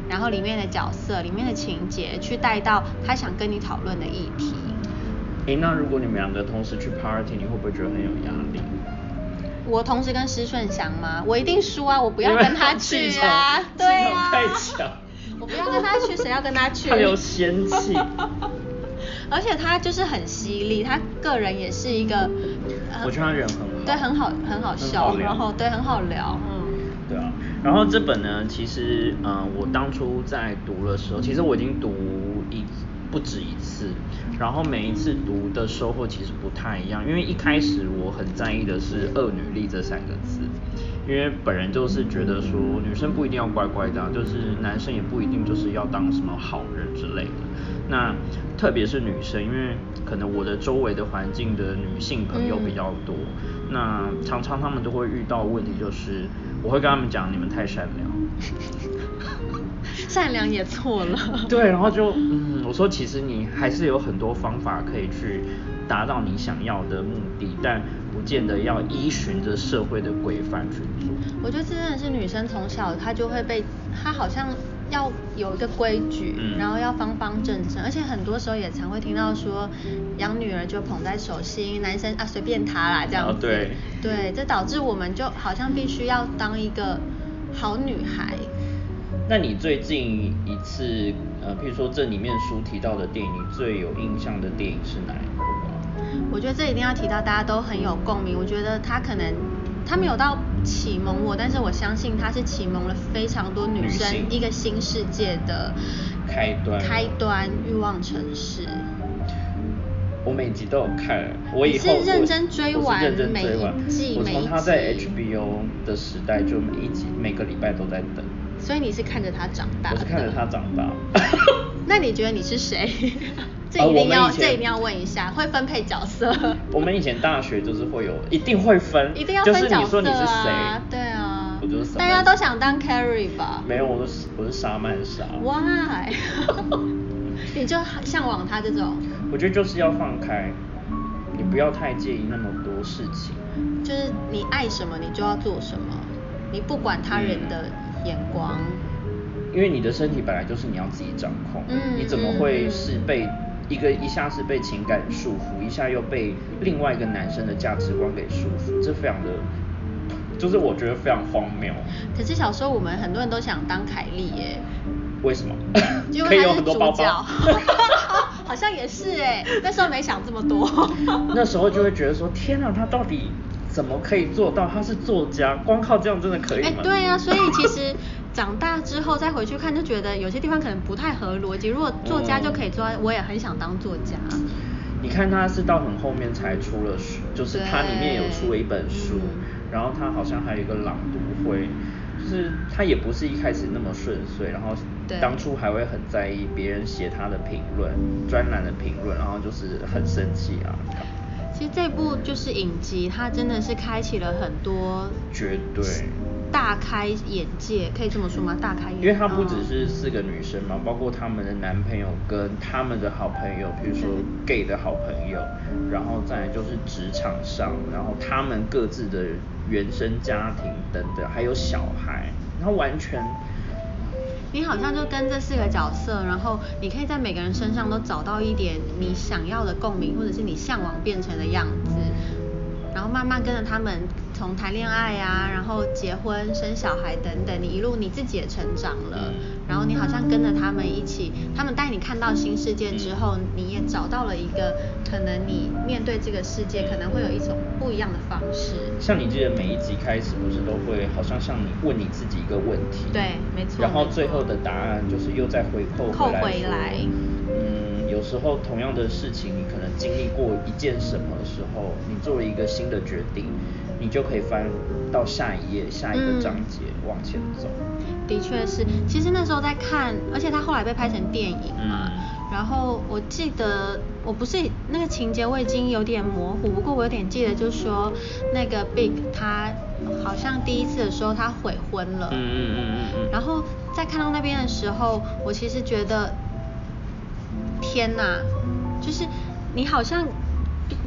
[SPEAKER 2] 然后里面的角色、里面的情节，去带到他想跟你讨论的议题。
[SPEAKER 1] 诶，那如果你们两个同时去 party， 你会不会觉得很有压力？
[SPEAKER 2] 我同时跟施顺祥吗？我一定输啊！我不要跟他去啊！对啊，
[SPEAKER 1] 太强。
[SPEAKER 2] 我不要跟他去，谁要跟他去？
[SPEAKER 1] 他有嫌弃。
[SPEAKER 2] 而且他就是很犀利，他个人也是一个，呃、
[SPEAKER 1] 我觉得他人很好，
[SPEAKER 2] 对，很好，很好笑，
[SPEAKER 1] 很
[SPEAKER 2] 然后对，很好聊，嗯，
[SPEAKER 1] 对啊。然后这本呢，其实，嗯、呃，我当初在读的时候，其实我已经读一不止一次，然后每一次读的收获其实不太一样，因为一开始我很在意的是恶女力这三个字。因为本人就是觉得说，女生不一定要乖乖的、啊，就是男生也不一定就是要当什么好人之类的。那特别是女生，因为可能我的周围的环境的女性朋友比较多，嗯、那常常他们都会遇到问题，就是我会跟他们讲，你们太善良。
[SPEAKER 2] 善良也错了。
[SPEAKER 1] 对，然后就嗯，我说其实你还是有很多方法可以去达到你想要的目的，但不见得要依循着社会的规范去做。
[SPEAKER 2] 我觉得这真的是女生从小她就会被，她好像要有一个规矩，嗯、然后要方方正正，而且很多时候也常会听到说，养女儿就捧在手心，男生啊随便他啦这样子。
[SPEAKER 1] 哦、对。
[SPEAKER 2] 对，这导致我们就好像必须要当一个好女孩。
[SPEAKER 1] 那你最近一次，呃，譬如说这里面书提到的电影，你最有印象的电影是哪一部啊？
[SPEAKER 2] 我觉得这一定要提到，大家都很有共鸣。我觉得他可能他没有到启蒙我，但是我相信他是启蒙了非常多女生一个新世界的
[SPEAKER 1] 开端。
[SPEAKER 2] 开端，欲望城市。
[SPEAKER 1] 我每集都有看，我以后
[SPEAKER 2] 是认真追完，
[SPEAKER 1] 我是认真追完
[SPEAKER 2] 每一季，
[SPEAKER 1] 我从他在 H B O 的时代就每一集每个礼拜都在等。
[SPEAKER 2] 所以你是看着他长大的？
[SPEAKER 1] 我是看着他长大。
[SPEAKER 2] 那你觉得你是谁？这一定要、
[SPEAKER 1] 呃、
[SPEAKER 2] 这一定要问一下，会分配角色。
[SPEAKER 1] 我们以前大学就是会有，一定会分，
[SPEAKER 2] 一定要分角色啊。
[SPEAKER 1] 就是你说你是谁？
[SPEAKER 2] 对啊。
[SPEAKER 1] 我就是。
[SPEAKER 2] 大家都想当 Carrie 吧？
[SPEAKER 1] 没有，我是我是莎曼莎。
[SPEAKER 2] Why？ 你就向往他这种？
[SPEAKER 1] 我觉得就是要放开，你不要太介意那么多事情。
[SPEAKER 2] 就是你爱什么，你就要做什么，你不管他人的眼光。
[SPEAKER 1] 因为你的身体本来就是你要自己掌控，嗯、你怎么会是被一个一下是被情感束缚，一下又被另外一个男生的价值观给束缚，这非常的，就是我觉得非常荒谬。
[SPEAKER 2] 可是小时候我们很多人都想当凯莉耶。
[SPEAKER 1] 为什么？
[SPEAKER 2] 因为
[SPEAKER 1] 可以有很多包包。
[SPEAKER 2] 好像也是哎，那时候没想这么多。
[SPEAKER 1] 那时候就会觉得说，天啊，他到底怎么可以做到？他是作家，光靠这样真的可以吗？
[SPEAKER 2] 哎，对啊，所以其实长大之后再回去看，就觉得有些地方可能不太合逻辑。如果作家就可以做到，嗯、我也很想当作家。
[SPEAKER 1] 你看他是到很后面才出了书，就是他里面有出了一本书，嗯、然后他好像还有一个朗读会。就是他也不是一开始那么顺遂，然后当初还会很在意别人写他的评论、专栏的评论，然后就是很生气啊。
[SPEAKER 2] 其实这部就是影集，它真的是开启了很多，
[SPEAKER 1] 绝对
[SPEAKER 2] 大开眼界，可以这么说吗？大开眼界。
[SPEAKER 1] 因为它不只是四个女生嘛，包括他们的男朋友跟他们的好朋友，比如说 gay 的好朋友，然后再来就是职场上，然后他们各自的原生家庭等等，还有小孩，然后完全，
[SPEAKER 2] 你好像就跟这四个角色，然后你可以在每个人身上都找到一点你想要的共鸣，或者是你向往变成的样子，然后慢慢跟着他们从谈恋爱啊，然后结婚生小孩等等，你一路你自己也成长了，然后你好像跟着他们一起，他们带你看到新世界之后，你也找到了一个可能你面对这个世界可能会有一种不一样的方式。
[SPEAKER 1] 像你记得每一集开始不是都会好像像你问你自己一个问题，
[SPEAKER 2] 对，没错，
[SPEAKER 1] 然后最后的答案就是又再回扣回来，
[SPEAKER 2] 扣回来，
[SPEAKER 1] 嗯，有时候同样的事情，你可能经历过一件什么的时候，你做了一个新的决定，你就可以翻到下一页、下一个章节、嗯、往前走。
[SPEAKER 2] 的确是，其实那时候在看，而且他后来被拍成电影嘛，嗯、然后我记得我不是那个情节我已经有点模糊，不过我有点记得就是说那个 Big 他好像第一次的时候他悔婚了，嗯嗯嗯嗯，然后在看到那边的时候，我其实觉得天哪，就是你好像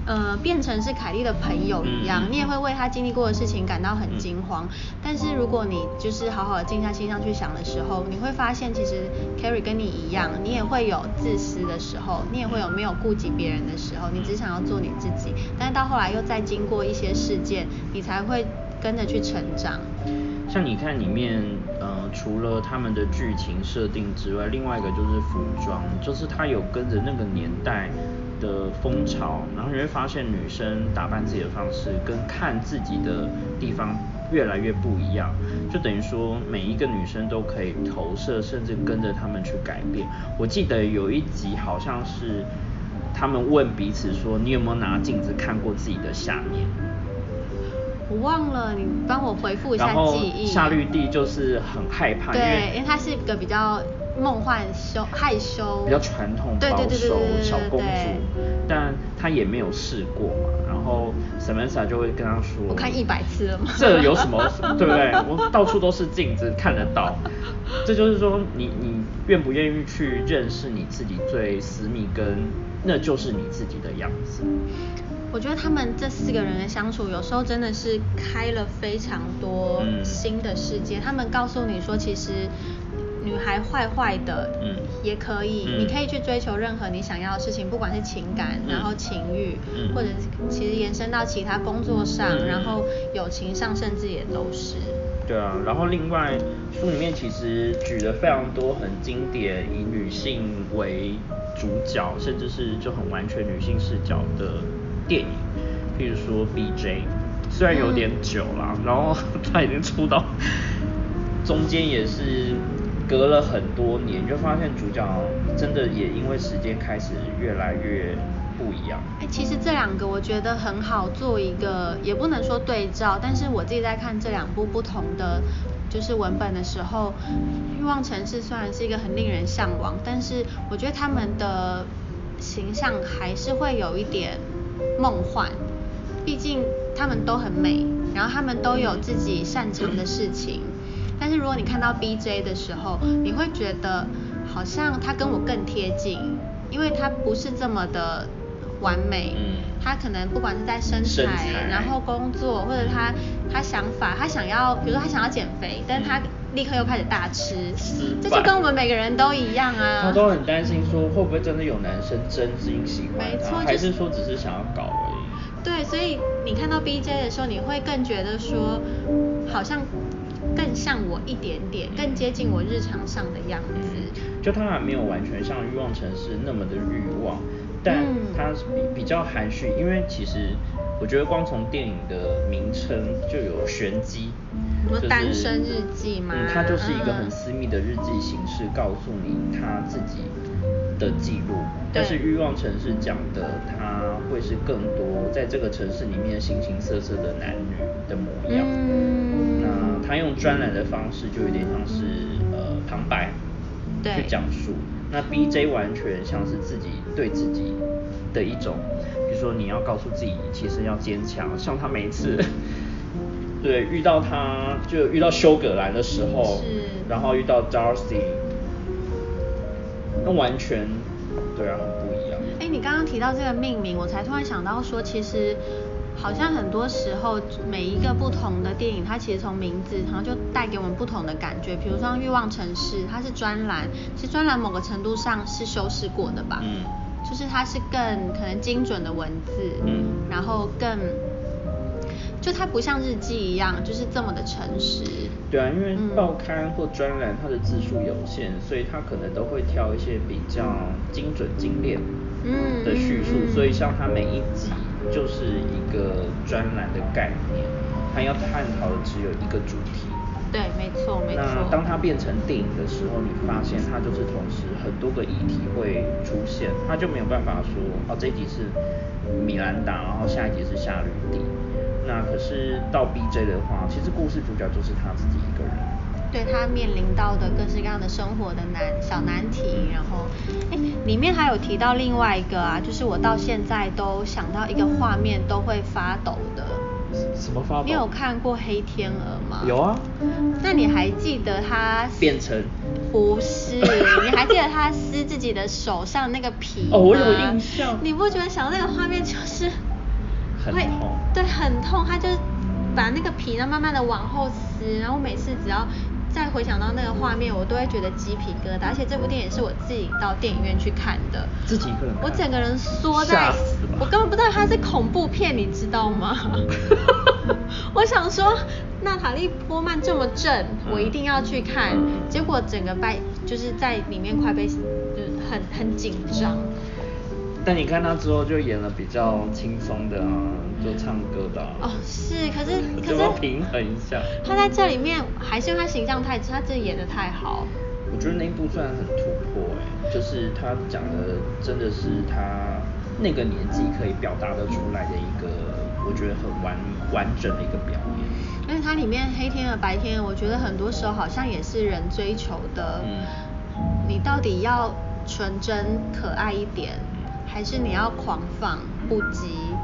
[SPEAKER 2] 呃变成是凯莉的朋友一样，
[SPEAKER 1] 嗯、
[SPEAKER 2] 你也会为她经历过的事情感到很惊慌。嗯、但是如果你就是好好的静下心上去想的时候，你会发现其实 Carrie 跟你一样，你也会有自私的时候，你也会有没有顾及别人的时候，你只想要做你自己。但是到后来又再经过一些事件，你才会跟着去成长。
[SPEAKER 1] 像你看里面，呃，除了他们的剧情设定之外，另外一个就是服装，就是它有跟着那个年代的风潮，然后你会发现女生打扮自己的方式跟看自己的地方越来越不一样，就等于说每一个女生都可以投射，甚至跟着他们去改变。我记得有一集好像是他们问彼此说，你有没有拿镜子看过自己的下面？
[SPEAKER 2] 我忘了，你帮我回复一下记忆。
[SPEAKER 1] 然后夏绿蒂就是很害怕，
[SPEAKER 2] 对，
[SPEAKER 1] 因为
[SPEAKER 2] 因为她是一个比较梦幻羞害羞、
[SPEAKER 1] 比较传统保守小公主，但她也没有试过嘛。然后 Samantha 就会跟她说：“
[SPEAKER 2] 我看一百次了嘛，
[SPEAKER 1] 这有什么对不对？我到处都是镜子，看得到。这就是说你，你你愿不愿意去认识你自己最私密，跟那就是你自己的样子。”
[SPEAKER 2] 我觉得他们这四个人的相处，有时候真的是开了非常多新的世界。嗯、他们告诉你说，其实女孩坏坏的，嗯，也可以，嗯、你可以去追求任何你想要的事情，不管是情感，嗯、然后情欲，嗯、或者其实延伸到其他工作上，嗯、然后友情上，甚至也都是。
[SPEAKER 1] 对啊，然后另外书里面其实举了非常多很经典以女性为主角，甚至是就很完全女性视角的电影，譬如说 B J， 虽然有点久啦，嗯、然后他已经出到中间也是隔了很多年，就发现主角真的也因为时间开始越来越不一样。
[SPEAKER 2] 哎，其实这两个我觉得很好做一个，也不能说对照，但是我自己在看这两部不同的就是文本的时候，欲望城市虽然是一个很令人向往，但是我觉得他们的形象还是会有一点梦幻，毕竟他们都很美，然后他们都有自己擅长的事情。但是如果你看到 B J 的时候，你会觉得好像他跟我更贴近，因为他不是这么的完美，嗯，他可能不管是在身材，
[SPEAKER 1] 身材
[SPEAKER 2] 然后工作，或者他他想法，他想要，比如说他想要减肥，但是他立刻又开始大吃，这就跟我们每个人都一样啊。
[SPEAKER 1] 他都很担心说会不会真的有男生真心喜欢他，
[SPEAKER 2] 没错，就是、
[SPEAKER 1] 还是说只是想要搞而已。
[SPEAKER 2] 对，所以你看到 B J 的时候，你会更觉得说，好像更像我一点点，更接近我日常上的样子。
[SPEAKER 1] 嗯、就他还没有完全像欲望城市那么的欲望，但他比比较含蓄，因为其实我觉得光从电影的名称就有玄机。
[SPEAKER 2] 什么单身日记吗？
[SPEAKER 1] 嗯，它就是一个很私密的日记形式，嗯、告诉你他自己的记录。但是欲望城市讲的，它会是更多在这个城市里面形形色色的男女的模样。嗯、那他用专栏的方式，就有点像是呃旁白去讲述。那 B J 完全像是自己对自己的一种，比如说你要告诉自己，其实要坚强。像他每一次。对，遇到他就遇到休葛兰的时候，然后遇到 Darcy， 那完全对啊，很不一样。
[SPEAKER 2] 哎，你刚刚提到这个命名，我才突然想到说，其实好像很多时候每一个不同的电影，它其实从名字，然后就带给我们不同的感觉。比如说《欲望城市》，它是专栏，其实专栏某个程度上是修饰过的吧，嗯，就是它是更可能精准的文字，嗯，然后更。就它不像日记一样，就是这么的诚实。
[SPEAKER 1] 对啊，因为报刊或专栏它的字数有限，嗯、所以它可能都会挑一些比较精准精炼的叙述。嗯、所以像它每一集就是一个专栏的概念，它要探讨的只有一个主题。
[SPEAKER 2] 对，没错，没错。
[SPEAKER 1] 那当它变成电影的时候，你发现它就是同时很多个议题会出现，它就没有办法说，哦，这一集是米兰达，然后下一集是夏绿蒂。那可是到 B J 的话，其实故事主角就是他自己一个人，
[SPEAKER 2] 对他面临到的各式各样的生活的难小难题，然后，哎，里面还有提到另外一个啊，就是我到现在都想到一个画面都会发抖的。
[SPEAKER 1] 什么发抖？
[SPEAKER 2] 你有看过黑天鹅吗？
[SPEAKER 1] 有啊。
[SPEAKER 2] 那你还记得他
[SPEAKER 1] 变成？
[SPEAKER 2] 不是，你还记得他撕自己的手上那个皮吗？
[SPEAKER 1] 哦，我有印象。
[SPEAKER 2] 你不觉得想到那个画面就是？
[SPEAKER 1] 很痛，
[SPEAKER 2] 对，很痛，他就把那个皮呢慢慢的往后撕，然后每次只要再回想到那个画面，我都会觉得鸡皮疙瘩。而且这部电影是我自己到电影院去看的，
[SPEAKER 1] 自己一个人看，
[SPEAKER 2] 我整个人缩在，我根本不知道它是恐怖片，你知道吗？我想说，娜塔莉波曼这么正，嗯、我一定要去看。嗯、结果整个拜就是在里面快被就是很很紧张。
[SPEAKER 1] 但你看他之后就演了比较轻松的啊，就唱歌的、啊。哦，
[SPEAKER 2] 是，可是可是
[SPEAKER 1] 要平衡一下。
[SPEAKER 2] 他在这里面还是因为他形象太，他真的演得太好。
[SPEAKER 1] 我觉得那一部算很突破哎，就是他讲的真的是他那个年纪可以表达得出来的一个，我觉得很完完整的一个表演。
[SPEAKER 2] 而且它里面黑天鹅白天鹅，我觉得很多时候好像也是人追求的。嗯。你到底要纯真可爱一点？还是你要狂放不羁？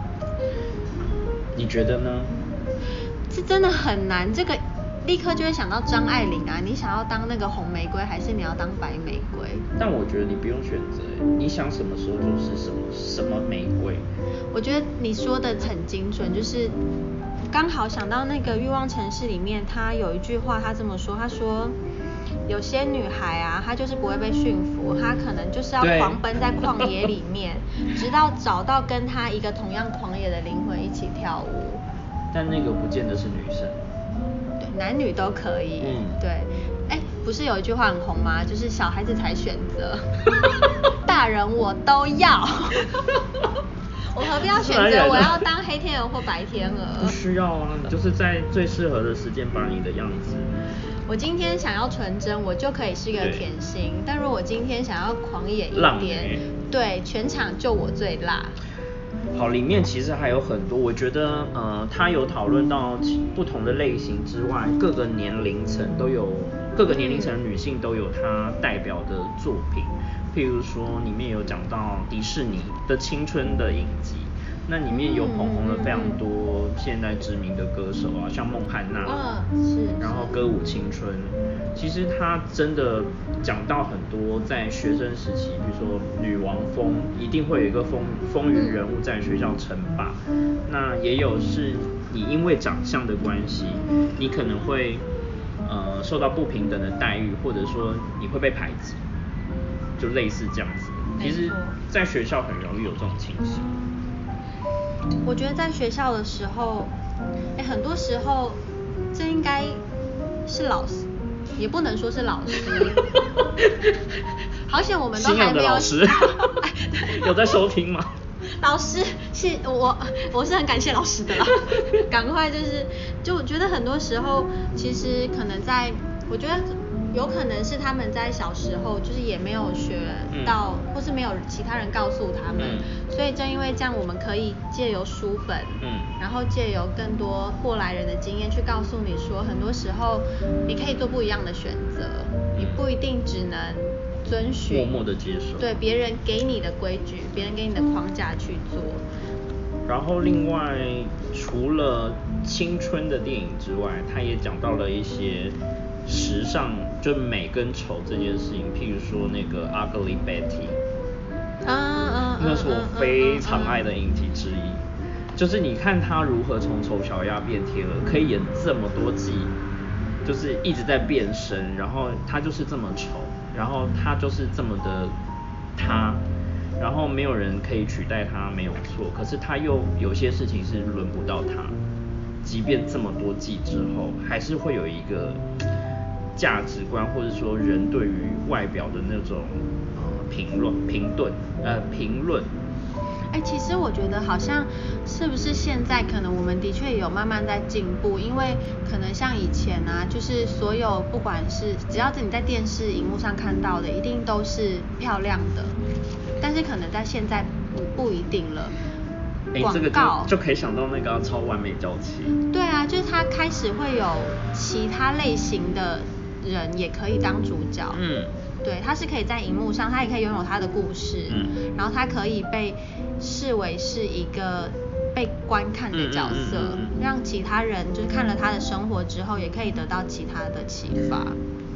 [SPEAKER 1] 你觉得呢？
[SPEAKER 2] 这真的很难，这个立刻就会想到张爱玲啊，你想要当那个红玫瑰，还是你要当白玫瑰？
[SPEAKER 1] 但我觉得你不用选择，你想什么时候就是什么什么玫瑰。
[SPEAKER 2] 我觉得你说的很精准，就是刚好想到那个《欲望城市》里面，他有一句话，他这么说，他说。有些女孩啊，她就是不会被驯服，她可能就是要狂奔在旷野里面，直到找到跟她一个同样狂野的灵魂一起跳舞。
[SPEAKER 1] 但那个不见得是女生。
[SPEAKER 2] 对，男女都可以。嗯，对。哎，不是有一句话很红吗？就是小孩子才选择，大人我都要。我何必要选择我要当黑天鹅或白天鹅？
[SPEAKER 1] 不需要啊，就是在最适合的时间把你的样子。
[SPEAKER 2] 我今天想要纯真，我就可以是个甜心。但如果我今天想要狂野一点，对，全场就我最辣。
[SPEAKER 1] 好，里面其实还有很多，我觉得呃，他有讨论到不同的类型之外，各个年龄层都有，各个年龄层的女性都有她代表的作品。譬如说，里面有讲到迪士尼的青春的影集。那里面有捧红了非常多现在知名的歌手啊，像孟汉娜，
[SPEAKER 2] 嗯，是，
[SPEAKER 1] 然后歌舞青春，其实他真的讲到很多在学生时期，比如说女王风，一定会有一个风风云人物在学校称霸，那也有是你因为长相的关系，你可能会呃受到不平等的待遇，或者说你会被排挤，就类似这样子。其实，在学校很容易有这种情形。
[SPEAKER 2] 我觉得在学校的时候，哎，很多时候这应该是老师，也不能说是老师。好险我们都还没有。
[SPEAKER 1] 老师有在收听吗？
[SPEAKER 2] 老师是我，我是很感谢老师的啦。赶快就是，就我觉得很多时候，其实可能在，我觉得。有可能是他们在小时候就是也没有学到，嗯、或是没有其他人告诉他们，嗯、所以正因为这样，我们可以借由书本，嗯、然后借由更多过来人的经验去告诉你说，很多时候你可以做不一样的选择，嗯、你不一定只能遵循
[SPEAKER 1] 默默的接受，
[SPEAKER 2] 对别人给你的规矩，别人给你的框架去做。
[SPEAKER 1] 然后另外除了青春的电影之外，他也讲到了一些。时尚就美跟丑这件事情，譬如说那个 Ugly Betty，
[SPEAKER 2] 啊啊，
[SPEAKER 1] 那是我非常爱的影集之一。就是你看她如何从丑小鸭变天鹅，可以演这么多集，就是一直在变身，然后她就是这么丑，然后她就是这么的她，然后没有人可以取代她，没有错。可是她又有些事情是轮不到她，即便这么多季之后，还是会有一个。价值观，或者说人对于外表的那种呃评论、评论、呃评论。
[SPEAKER 2] 哎，其实我觉得好像是不是现在可能我们的确有慢慢在进步，因为可能像以前啊，就是所有不管是只要是你在电视荧幕上看到的，一定都是漂亮的，但是可能在现在不不一定了。
[SPEAKER 1] 哎，这个就就可以想到那个超完美娇妻。
[SPEAKER 2] 对啊，就是他开始会有其他类型的。人也可以当主角，嗯，对，他是可以在荧幕上，他也可以拥有他的故事，嗯，然后他可以被视为是一个被观看的角色，嗯嗯嗯嗯嗯让其他人就是看了他的生活之后，也可以得到其他的启发。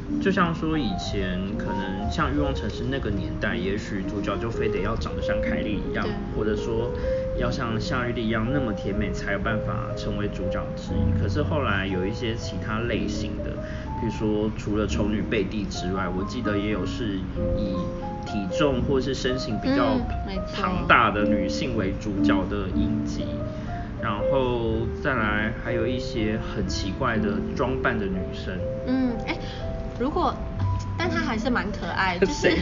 [SPEAKER 1] 就像说以前可能像《欲望城市》那个年代，也许主角就非得要长得像凯莉一样，或者说要像夏玉丽一样那么甜美才有办法成为主角之一。可是后来有一些其他类型的，比如说除了丑女贝蒂之外，我记得也有是以体重或是身形比较庞大的女性为主角的影集。然后再来还有一些很奇怪的装扮的女生。
[SPEAKER 2] 嗯，哎，如果，但她还是蛮可爱的，就是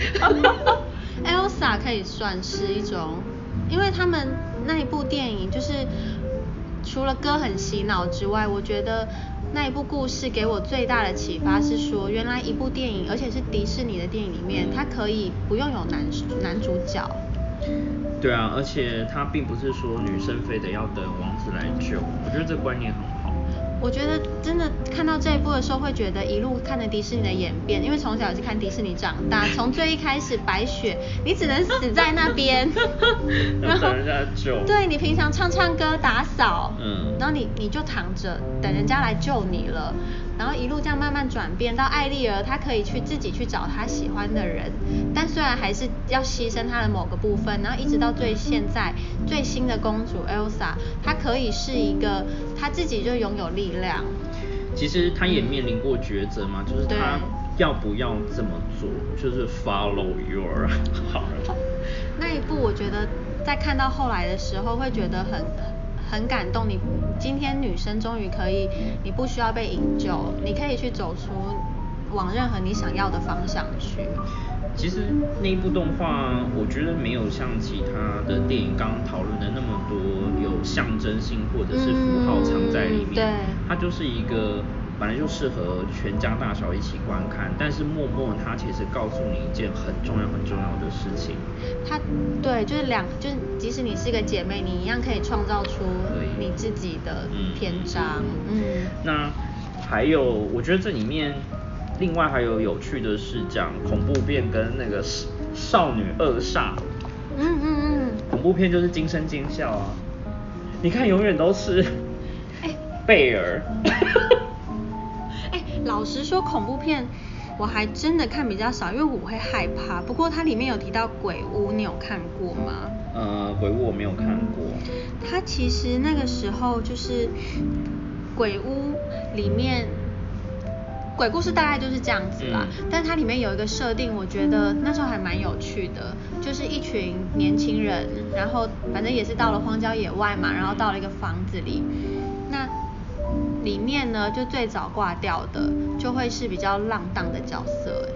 [SPEAKER 2] Elsa 可以算是一种，因为他们那一部电影就是除了歌很洗脑之外，我觉得那一部故事给我最大的启发是说，原来一部电影，而且是迪士尼的电影里面，它可以不用有男男主角。
[SPEAKER 1] 对啊，而且它并不是说女生非得要等王子来救，我觉得这观念很好。
[SPEAKER 2] 我觉得真的看到这一部的时候，会觉得一路看着迪士尼的演变，因为从小也是看迪士尼长大，从最一开始白雪，你只能死在那边，
[SPEAKER 1] 然后等人家救。
[SPEAKER 2] 对，你平常唱唱歌、打扫，
[SPEAKER 1] 嗯，
[SPEAKER 2] 然后你你就躺着等人家来救你了。然后一路这样慢慢转变到艾丽儿，她可以去自己去找她喜欢的人，但虽然还是要牺牲她的某个部分，然后一直到最现在最新的公主 Elsa， 她可以是一个她自己就拥有力量。
[SPEAKER 1] 其实她也面临过抉择嘛，就是她要不要这么做，就是 follow your heart。
[SPEAKER 2] 那一部我觉得在看到后来的时候会觉得很。很感动，你今天女生终于可以，你不需要被营救，你可以去走出往任何你想要的方向去。
[SPEAKER 1] 其实那一部动画，我觉得没有像其他的电影刚刚讨论的那么多有象征性或者是符号藏在里面。
[SPEAKER 2] 嗯、对，
[SPEAKER 1] 它就是一个本来就适合全家大小一起观看，但是默默它其实告诉你一件很重要很重要的事情。
[SPEAKER 2] 它对，就是两，就是即使你是个姐妹，你一样可以创造出你自己的篇章。嗯，嗯
[SPEAKER 1] 那还有，我觉得这里面另外还有有趣的是讲恐怖片跟那个少女恶煞。
[SPEAKER 2] 嗯嗯嗯。
[SPEAKER 1] 恐怖片就是惊声尖叫啊！你看永远都是贝尔。
[SPEAKER 2] 哎，老实说，恐怖片我还真的看比较少，因为我会害怕。不过它里面有提到鬼屋，你有看过吗？
[SPEAKER 1] 呃，鬼屋我没有看过。
[SPEAKER 2] 它其实那个时候就是鬼屋里面，鬼故事大概就是这样子啦。嗯、但它里面有一个设定，我觉得那时候还蛮有趣的，就是一群年轻人，然后反正也是到了荒郊野外嘛，然后到了一个房子里，那里面呢就最早挂掉的就会是比较浪荡的角色。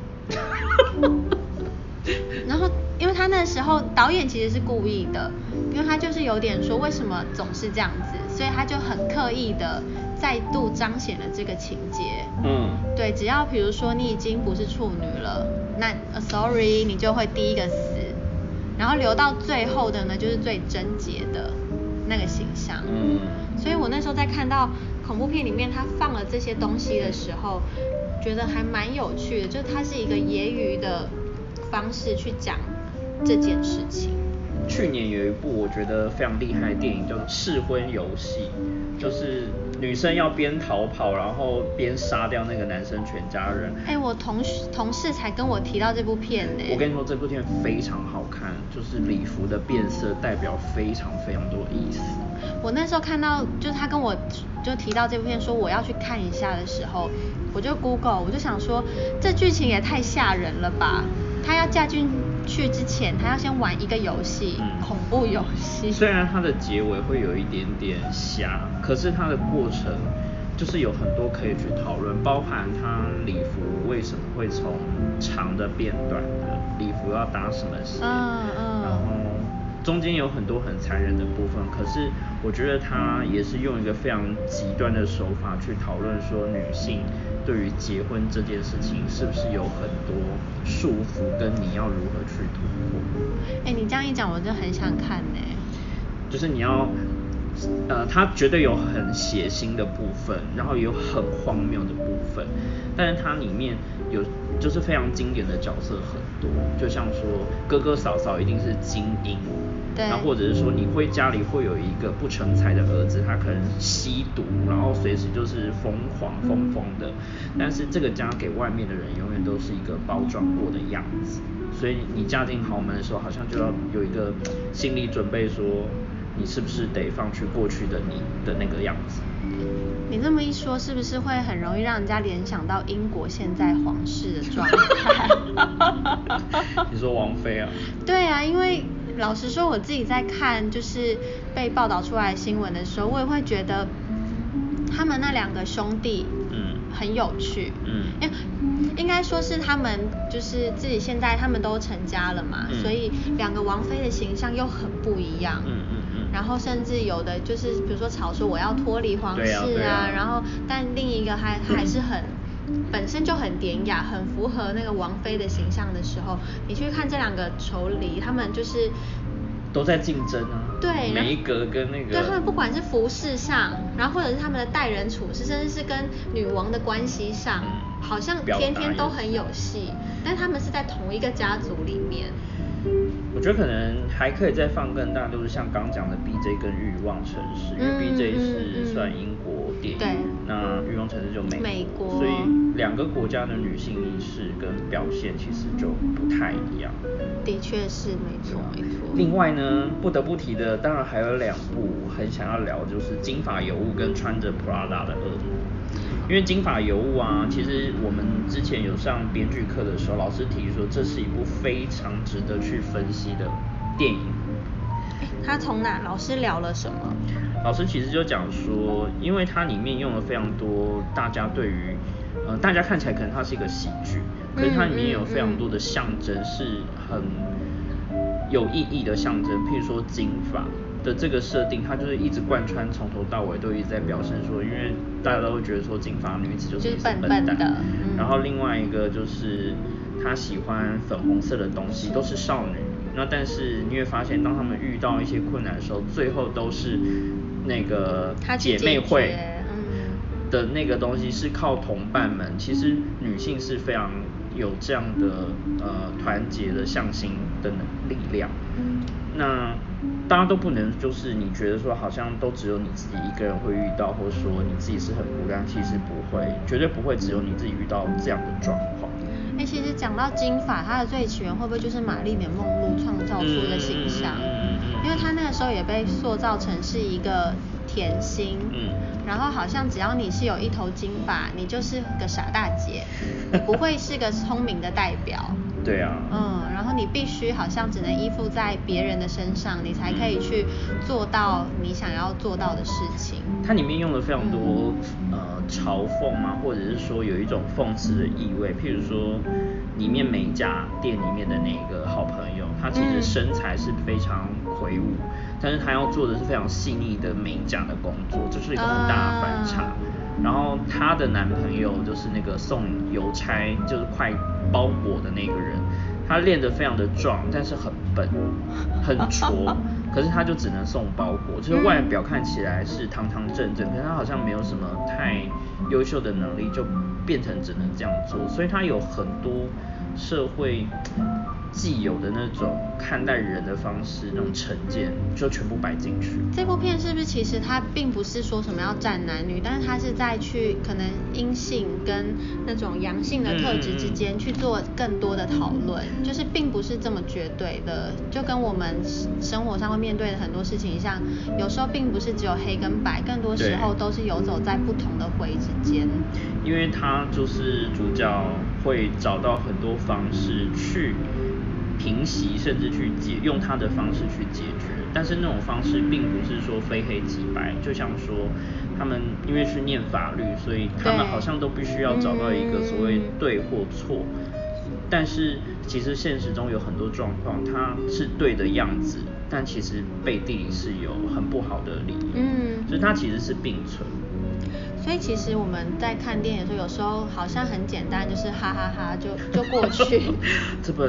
[SPEAKER 2] 然后因为他那时候导演其实是故意的，因为他就是有点说为什么总是这样子，所以他就很刻意的再度彰显了这个情节。嗯，对，只要比如说你已经不是处女了，那、uh, sorry 你就会第一个死，然后留到最后的呢就是最贞洁的那个形象。嗯，所以我那时候在看到恐怖片里面他放了这些东西的时候，觉得还蛮有趣的，就它是一个揶揄的方式去讲这件事情。
[SPEAKER 1] 去年有一部我觉得非常厉害的电影叫做《适婚游戏》，就是女生要边逃跑然后边杀掉那个男生全家人。
[SPEAKER 2] 哎、欸，我同同事才跟我提到这部片呢。
[SPEAKER 1] 我跟你说这部片非常好看，就是礼服的变色代表非常非常多意思。
[SPEAKER 2] 我那时候看到就是他跟我就提到这部片说我要去看一下的时候，我就 Google， 我就想说这剧情也太吓人了吧。他要嫁进去之前，他要先玩一个游戏、嗯，恐怖游戏。
[SPEAKER 1] 虽然它的结尾会有一点点瞎，可是它的过程就是有很多可以去讨论，包含它礼服为什么会从长的变短的，礼服要搭什么鞋，嗯嗯，然后中间有很多很残忍的部分，可是我觉得他也是用一个非常极端的手法去讨论说女性对于结婚这件事情是不是有很多束缚，跟你要如何去突破。
[SPEAKER 2] 哎、欸，你这样一讲，我就很想看呢。
[SPEAKER 1] 就是你要，呃，它绝对有很血腥的部分，然后也有很荒谬的部分，但是它里面有就是非常经典的角色很多，就像说哥哥嫂嫂一定是精英，
[SPEAKER 2] 对，
[SPEAKER 1] 然后或者是说你会家里会有一个不成才的儿子，他可能吸毒，然后随时就是疯狂疯疯的，但是这个家给外面的人永远都是一个包装过的样子，所以你嫁进豪门的时候，好像就要有一个心理准备说，你是不是得放弃过去的你的那个样子。
[SPEAKER 2] 你这么一说，是不是会很容易让人家联想到英国现在皇室的状态？
[SPEAKER 1] 你说王菲啊？
[SPEAKER 2] 对啊，因为老实说，我自己在看就是被报道出来的新闻的时候，我也会觉得他们那两个兄弟，嗯，很有趣，嗯，应该说是他们就是自己现在他们都成家了嘛，嗯，所以两个王妃的形象又很不一样，嗯嗯嗯，然后甚至有的就是比如说吵说我要脱离皇室啊，
[SPEAKER 1] 对啊对啊，
[SPEAKER 2] 然后但另一个还还是很。本身就很典雅，很符合那个王妃的形象的时候，你去看这两个妯娌，他们就是
[SPEAKER 1] 都在竞争啊。
[SPEAKER 2] 对，
[SPEAKER 1] 梅格跟那个。
[SPEAKER 2] 对，他们不管是服饰上，然后或者是他们的待人处事，甚至是跟女王的关系上，嗯，好像天天都很有戏，但他们是在同一个家族里面。
[SPEAKER 1] 我觉得可能还可以再放更大，就是像刚讲的 B J 跟欲望城市，因为 B J 是算英国电影，嗯嗯，那欲望城市就美国，
[SPEAKER 2] 美国，
[SPEAKER 1] 所以两个国家的女性意识跟表现其实就不太一样。
[SPEAKER 2] 的确是没错没错。
[SPEAKER 1] 另外呢，不得不提的当然还有两部很想要聊，就是《金发尤物》跟《穿着 Prada 的恶魔》。因为《金发尤物》啊，其实我们之前有上编剧课的时候，老师提说这是一部非常值得去分析的电影。
[SPEAKER 2] 他从哪？老师聊了什么？
[SPEAKER 1] 老师其实就讲说，因为它里面用了非常多大家对于，呃，大家看起来可能它是一个喜剧，可是它里面有非常多的象征是很有意义的象征，譬如说金发的这个设定，它就是一直贯穿从头到尾都一直在表现说，因为大家都会觉得说金发女子就是
[SPEAKER 2] 笨
[SPEAKER 1] 笨
[SPEAKER 2] 笨的，嗯，
[SPEAKER 1] 然后另外一个就是她喜欢粉红色的东西，都是少女。那但是你会发现，当他们遇到一些困难的时候，最后都是那个姐妹会的那个东西是靠同伴们。其实女性是非常有这样的呃团结的向心的力量。那大家都不能就是你觉得说好像都只有你自己一个人会遇到，或者说你自己是很孤单，其实不会，绝对不会只有你自己遇到这样的状况。
[SPEAKER 2] 哎，其实讲到金发，它的最起源会不会就是玛丽莲梦露创造出的形象？嗯嗯嗯，因为她那个时候也被塑造成是一个甜心，嗯，然后好像只要你是有一头金发，你就是个傻大姐，你不会是个聪明的代表。
[SPEAKER 1] 对啊。嗯，
[SPEAKER 2] 然后你必须好像只能依附在别人的身上，你才可以去做到你想要做到的事情。
[SPEAKER 1] 它里面用了非常多、嗯、呃嘲讽嘛，或者是说有一种讽刺的意味，譬如说里面美甲店里面的那个好朋友，他其实身材是非常魁梧，嗯，但是他要做的是非常细腻的美甲的工作，这是一个很大的反差。Uh... 然后她的男朋友就是那个送邮差，就是快包裹的那个人，他练得非常的壮，但是很笨，很拙，可是他就只能送包裹，就是外表看起来是堂堂正正，可是他好像没有什么太优秀的能力，就变成只能这样做，所以他有很多社会既有的那种看待人的方式，那种成见就全部摆进去。
[SPEAKER 2] 这部片是不是其实它并不是说什么要站男女，但是它是在去可能阴性跟那种阳性的特质之间去做更多的讨论，嗯，就是并不是这么绝对的，就跟我们生活上会面对的很多事情像，有时候并不是只有黑跟白，更多时候都是游走在不同的灰之间。
[SPEAKER 1] 因为他就是主角会找到很多方式去平息，甚至去解用他的方式去解决，但是那种方式并不是说非黑即白，就像说他们因为是念法律，所以他们好像都必须要找到一个所谓对或错，嗯，但是其实现实中有很多状况它是对的样子，但其实背地里是有很不好的理由，嗯，所以它其实是并存。
[SPEAKER 2] 所以其实我们在看电影的时候，有时候好像很简单，就是哈哈哈就就过去。
[SPEAKER 1] 这本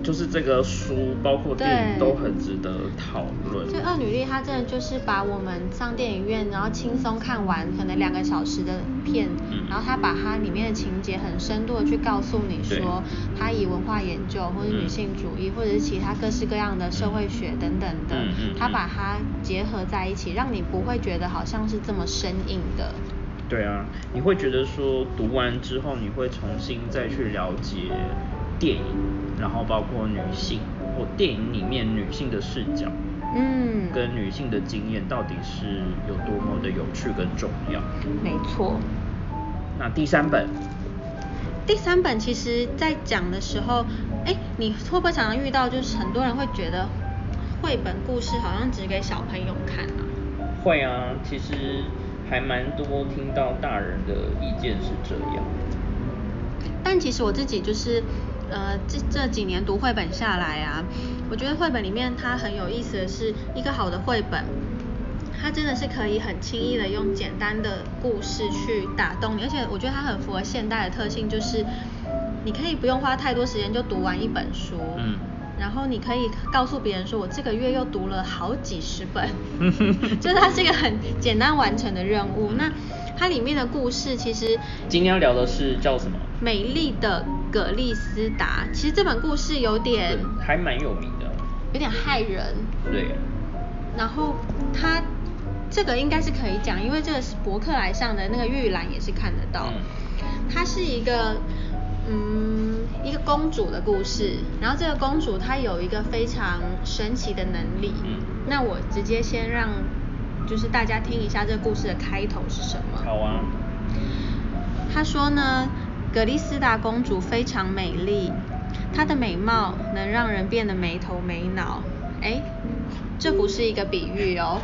[SPEAKER 1] 就是这个书包括电影都很值得讨论。
[SPEAKER 2] 就《恶女力》它真的就是把我们上电影院然后轻松看完可能两个小时的片，嗯、然后它把它里面的情节很深度的去告诉你说，它以文化研究或者女性主义、嗯、或者是其他各式各样的社会学等等的，嗯嗯、它把它结合在一起，让你不会觉得好像是这么生硬的。
[SPEAKER 1] 对啊，你会觉得说读完之后你会重新再去了解电影，然后包括女性或电影里面女性的视角，嗯，跟女性的经验到底是有多么的有趣跟重要。
[SPEAKER 2] 没错。
[SPEAKER 1] 那第三本，
[SPEAKER 2] 第三本其实在讲的时候，哎，你会不会常常遇到，就是很多人会觉得绘本故事好像只给小朋友看啊？
[SPEAKER 1] 会啊，其实还蛮多听到大人的意见是这样。
[SPEAKER 2] 但其实我自己就是呃这这几年读绘本下来啊，我觉得绘本里面它很有意思的是，一个好的绘本它真的是可以很轻易的用简单的故事去打动你，而且我觉得它很符合现代的特性，就是你可以不用花太多时间就读完一本书，嗯，然后你可以告诉别人说我这个月又读了好几十本就是它是一个很简单完成的任务。那它里面的故事其实
[SPEAKER 1] 今天要聊的是叫什么？
[SPEAKER 2] 美丽的葛丽丝达。其实这本故事有点
[SPEAKER 1] 还蛮有名的，
[SPEAKER 2] 有点骇人。
[SPEAKER 1] 对。
[SPEAKER 2] 然后它这个应该是可以讲，因为这个是博客来上的那个预览也是看得到。嗯、它是一个嗯一个公主的故事，然后这个公主她有一个非常神奇的能力。嗯。那我直接先让就是大家听一下这个故事的开头是什么。
[SPEAKER 1] 好啊。
[SPEAKER 2] 他说呢，葛丽丝达公主非常美丽，她的美貌能让人变得没头没脑。哎，这不是一个比喻哦。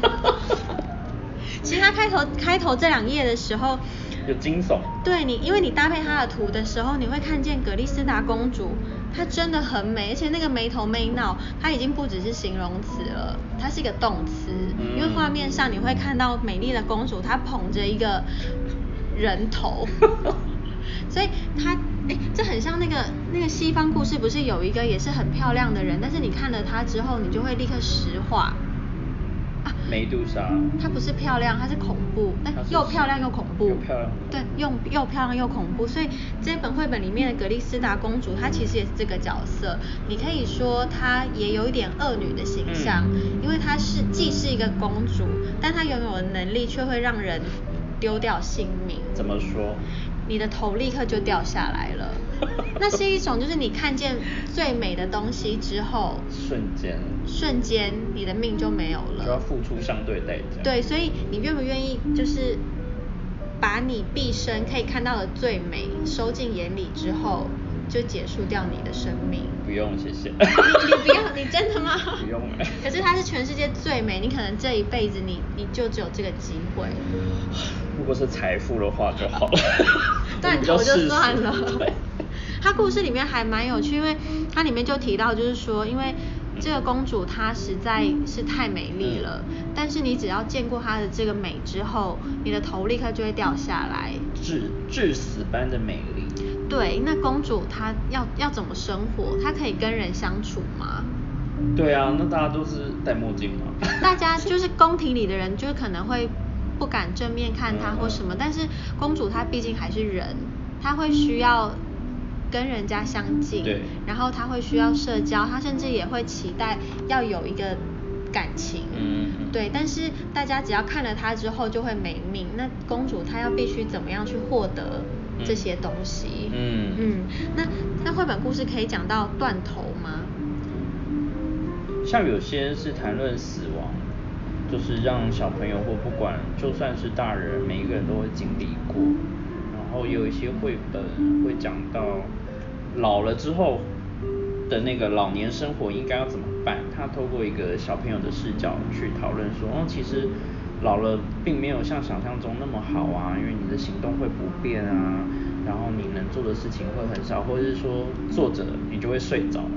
[SPEAKER 2] 其实他开头开头这两页的时候
[SPEAKER 1] 有惊悚。
[SPEAKER 2] 对你，因为你搭配他的图的时候，你会看见葛丽丝达公主，她真的很美，而且那个没头没脑，她已经不只是形容词了，它是一个动词。嗯、因为画面上你会看到美丽的公主，她捧着一个人头，所以她哎，这很像那个那个西方故事，不是有一个也是很漂亮的人，但是你看了她之后，你就会立刻石化。
[SPEAKER 1] 梅杜莎，
[SPEAKER 2] 她不是漂亮，她是恐怖，但又漂亮又恐怖，
[SPEAKER 1] 又漂亮，
[SPEAKER 2] 对，又又漂亮又恐怖。所以这本绘本里面的葛丽丝达公主，她其实也是这个角色。你可以说她也有一点恶女的形象，嗯、因为她是既是一个公主，但她拥有的能力却会让人丢掉性命。
[SPEAKER 1] 怎么说？
[SPEAKER 2] 你的头立刻就掉下来了。那是一种就是你看见最美的东西之后，
[SPEAKER 1] 瞬间
[SPEAKER 2] 瞬间你的命就没有了，
[SPEAKER 1] 就要付出相对代价。
[SPEAKER 2] 对，所以你愿不愿意就是把你毕生可以看到的最美收进眼里之后，就结束掉你的生命？
[SPEAKER 1] 不用，谢谢。
[SPEAKER 2] 你你不要，你真的吗？
[SPEAKER 1] 不用了。
[SPEAKER 2] 可是它是全世界最美，你可能这一辈子你你就只有这个机会。
[SPEAKER 1] 如果是财富的话就好了。
[SPEAKER 2] 断头就算了。
[SPEAKER 1] 对。
[SPEAKER 2] 他故事里面还蛮有趣，因为它里面就提到，就是说，因为这个公主她实在是太美丽了，嗯、但是你只要见过她的这个美之后，你的头立刻就会掉下来，
[SPEAKER 1] 致致死般的美丽。
[SPEAKER 2] 对，那公主她要要怎么生活？她可以跟人相处吗？
[SPEAKER 1] 对啊，那大家都是戴墨镜吗？
[SPEAKER 2] 大家就是宫廷里的人，就是可能会不敢正面看她或什么，嗯、但是公主她毕竟还是人，她会需要跟人家相近，
[SPEAKER 1] 对，
[SPEAKER 2] 然后她会需要社交，她甚至也会期待要有一个感情，嗯，对，但是大家只要看了她之后就会没命。那公主她要必须怎么样去获得这些东西？嗯嗯，那那绘本故事可以讲到断头吗？
[SPEAKER 1] 像有些是谈论死亡，就是让小朋友或不管就算是大人，每一个人都会经历过。然后有一些绘本会讲到老了之后的那个老年生活应该要怎么办，他透过一个小朋友的视角去讨论说，哦，其实老了并没有像想象中那么好啊，因为你的行动会不便啊，然后你能做的事情会很少，或者是说坐着你就会睡着。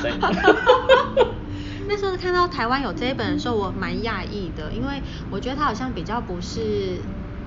[SPEAKER 2] 那时候看到台湾有这一本的时候，我蛮讶异的，因为我觉得它好像比较不是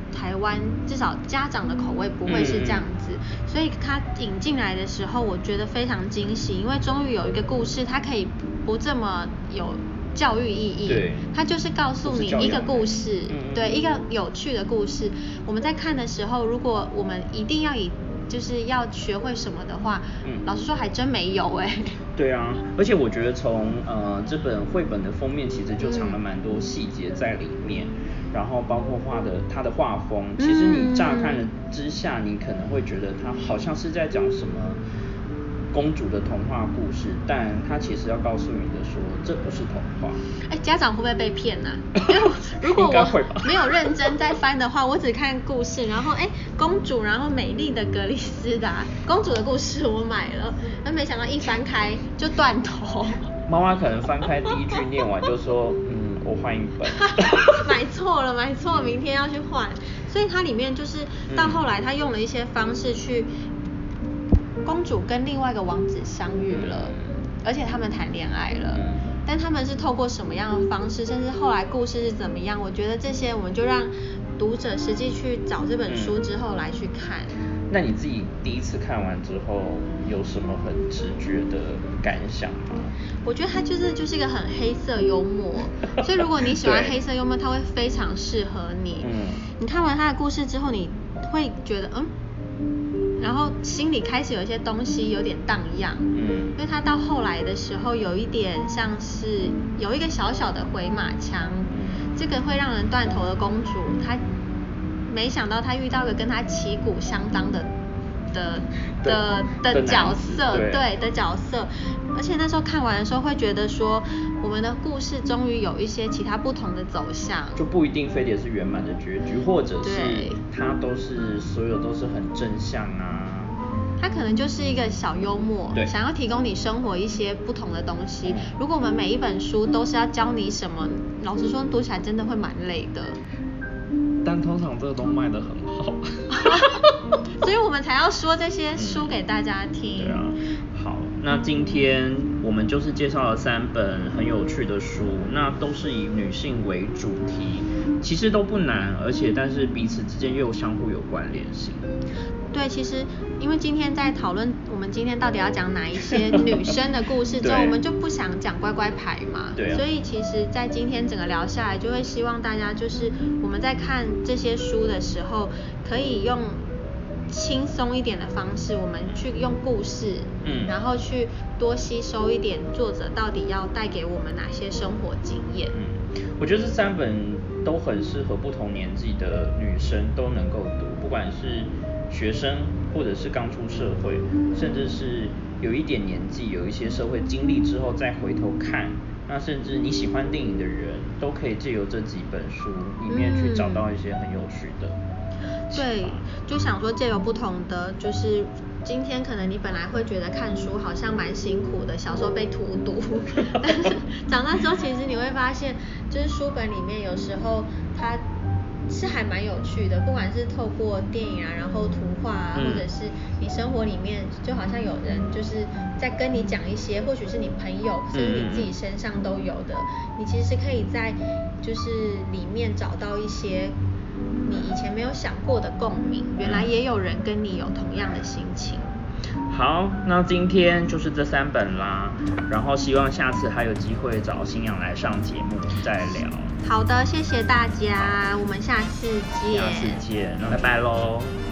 [SPEAKER 2] 台湾至少家长的口味不会是这样子，嗯、所以他引进来的时候，我觉得非常惊喜，因为终于有一个故事，它可以不这么有教育意义，
[SPEAKER 1] 对，
[SPEAKER 2] 它就是告诉你一个故事，嗯、对，一个有趣的故事。我们在看的时候，如果我们一定要以就是要学会什么的话，嗯、老实说还真没有哎、欸。
[SPEAKER 1] 对啊，而且我觉得从呃这本绘本的封面其实就藏了蛮多细节在里面。嗯然后包括画的它的画风，其实你乍看的之下，你可能会觉得它好像是在讲什么公主的童话故事，但它其实要告诉你的说，这不是童话。
[SPEAKER 2] 哎，家长会不会被骗呢、啊？因为如果我没有认真在翻的话，我只看故事，然后哎公主，然后美丽的格丽斯达公主的故事我买了，但没想到一翻开就断头。
[SPEAKER 1] 妈妈可能翻开第一句念完就说，嗯，我换一本。
[SPEAKER 2] 买错了，买错了，明天要去换。所以它里面就是到后来，他用了一些方式去，公主跟另外一个王子相遇了，嗯、而且他们谈恋爱了。嗯、但他们是透过什么样的方式，甚至后来故事是怎么样？我觉得这些我们就让读者实际去找这本书之后来去看。
[SPEAKER 1] 嗯那你自己第一次看完之后有什么很直觉的感想吗？
[SPEAKER 2] 我觉得它就是就是一个很黑色幽默，所以如果你喜欢黑色幽默，它会非常适合你。嗯，你看完它的故事之后，你会觉得嗯，然后心里开始有一些东西有点荡漾。嗯，因为它到后来的时候有一点像是有一个小小的回马枪，嗯、这个会让人断头的公主，她。没想到他遇到一个跟他旗鼓相当的的的的角色，对, 对的角色，而且那时候看完的时候会觉得说，我们的故事终于有一些其他不同的走向，
[SPEAKER 1] 就不一定非得是圆满的结局，或者是它都是所有都是很正向啊。
[SPEAKER 2] 它可能就是一个小幽默，想要提供你生活一些不同的东西。嗯、如果我们每一本书都是要教你什么，老实说读起来真的会蛮累的。
[SPEAKER 1] 但通常这个都卖得很好，
[SPEAKER 2] 所以我们才要说这些书给大家听。
[SPEAKER 1] 嗯、对啊，好，那今天我们就是介绍了三本很有趣的书，那都是以女性为主题，其实都不难，而且但是彼此之间又相互有关联性。
[SPEAKER 2] 对，其实因为今天在讨论我们今天到底要讲哪一些女生的故事之后，我们就不想讲乖乖牌嘛，
[SPEAKER 1] 对啊、
[SPEAKER 2] 所以其实在今天整个聊下来，就会希望大家就是我们在看这些书的时候，可以用轻松一点的方式，我们去用故事，嗯，然后去多吸收一点作者到底要带给我们哪些生活经验。
[SPEAKER 1] 嗯，我觉得这三本都很适合不同年纪的女生都能够读，不管是学生，或者是刚出社会，甚至是有一点年纪，有一些社会经历之后再回头看，那甚至你喜欢电影的人，都可以借由这几本书里面去找到一些很有趣的。
[SPEAKER 2] 嗯、对，就想说借由不同的，就是今天可能你本来会觉得看书好像蛮辛苦的，小时候被荼毒，但是长大之后其实你会发现，就是书本里面有时候它是还蛮有趣的，不管是透过电影啊，然后图画啊，嗯、或者是你生活里面，就好像有人就是在跟你讲一些，或许是你朋友，甚至你自己身上都有的，嗯、你其实可以在就是里面找到一些你以前没有想过的共鸣，原来也有人跟你有同样的心情。
[SPEAKER 1] 好，那今天就是这三本啦，然后希望下次还有机会找新阳来上节目再聊。
[SPEAKER 2] 好的，谢谢大家，我们下次见。
[SPEAKER 1] 下次见，那拜拜喽。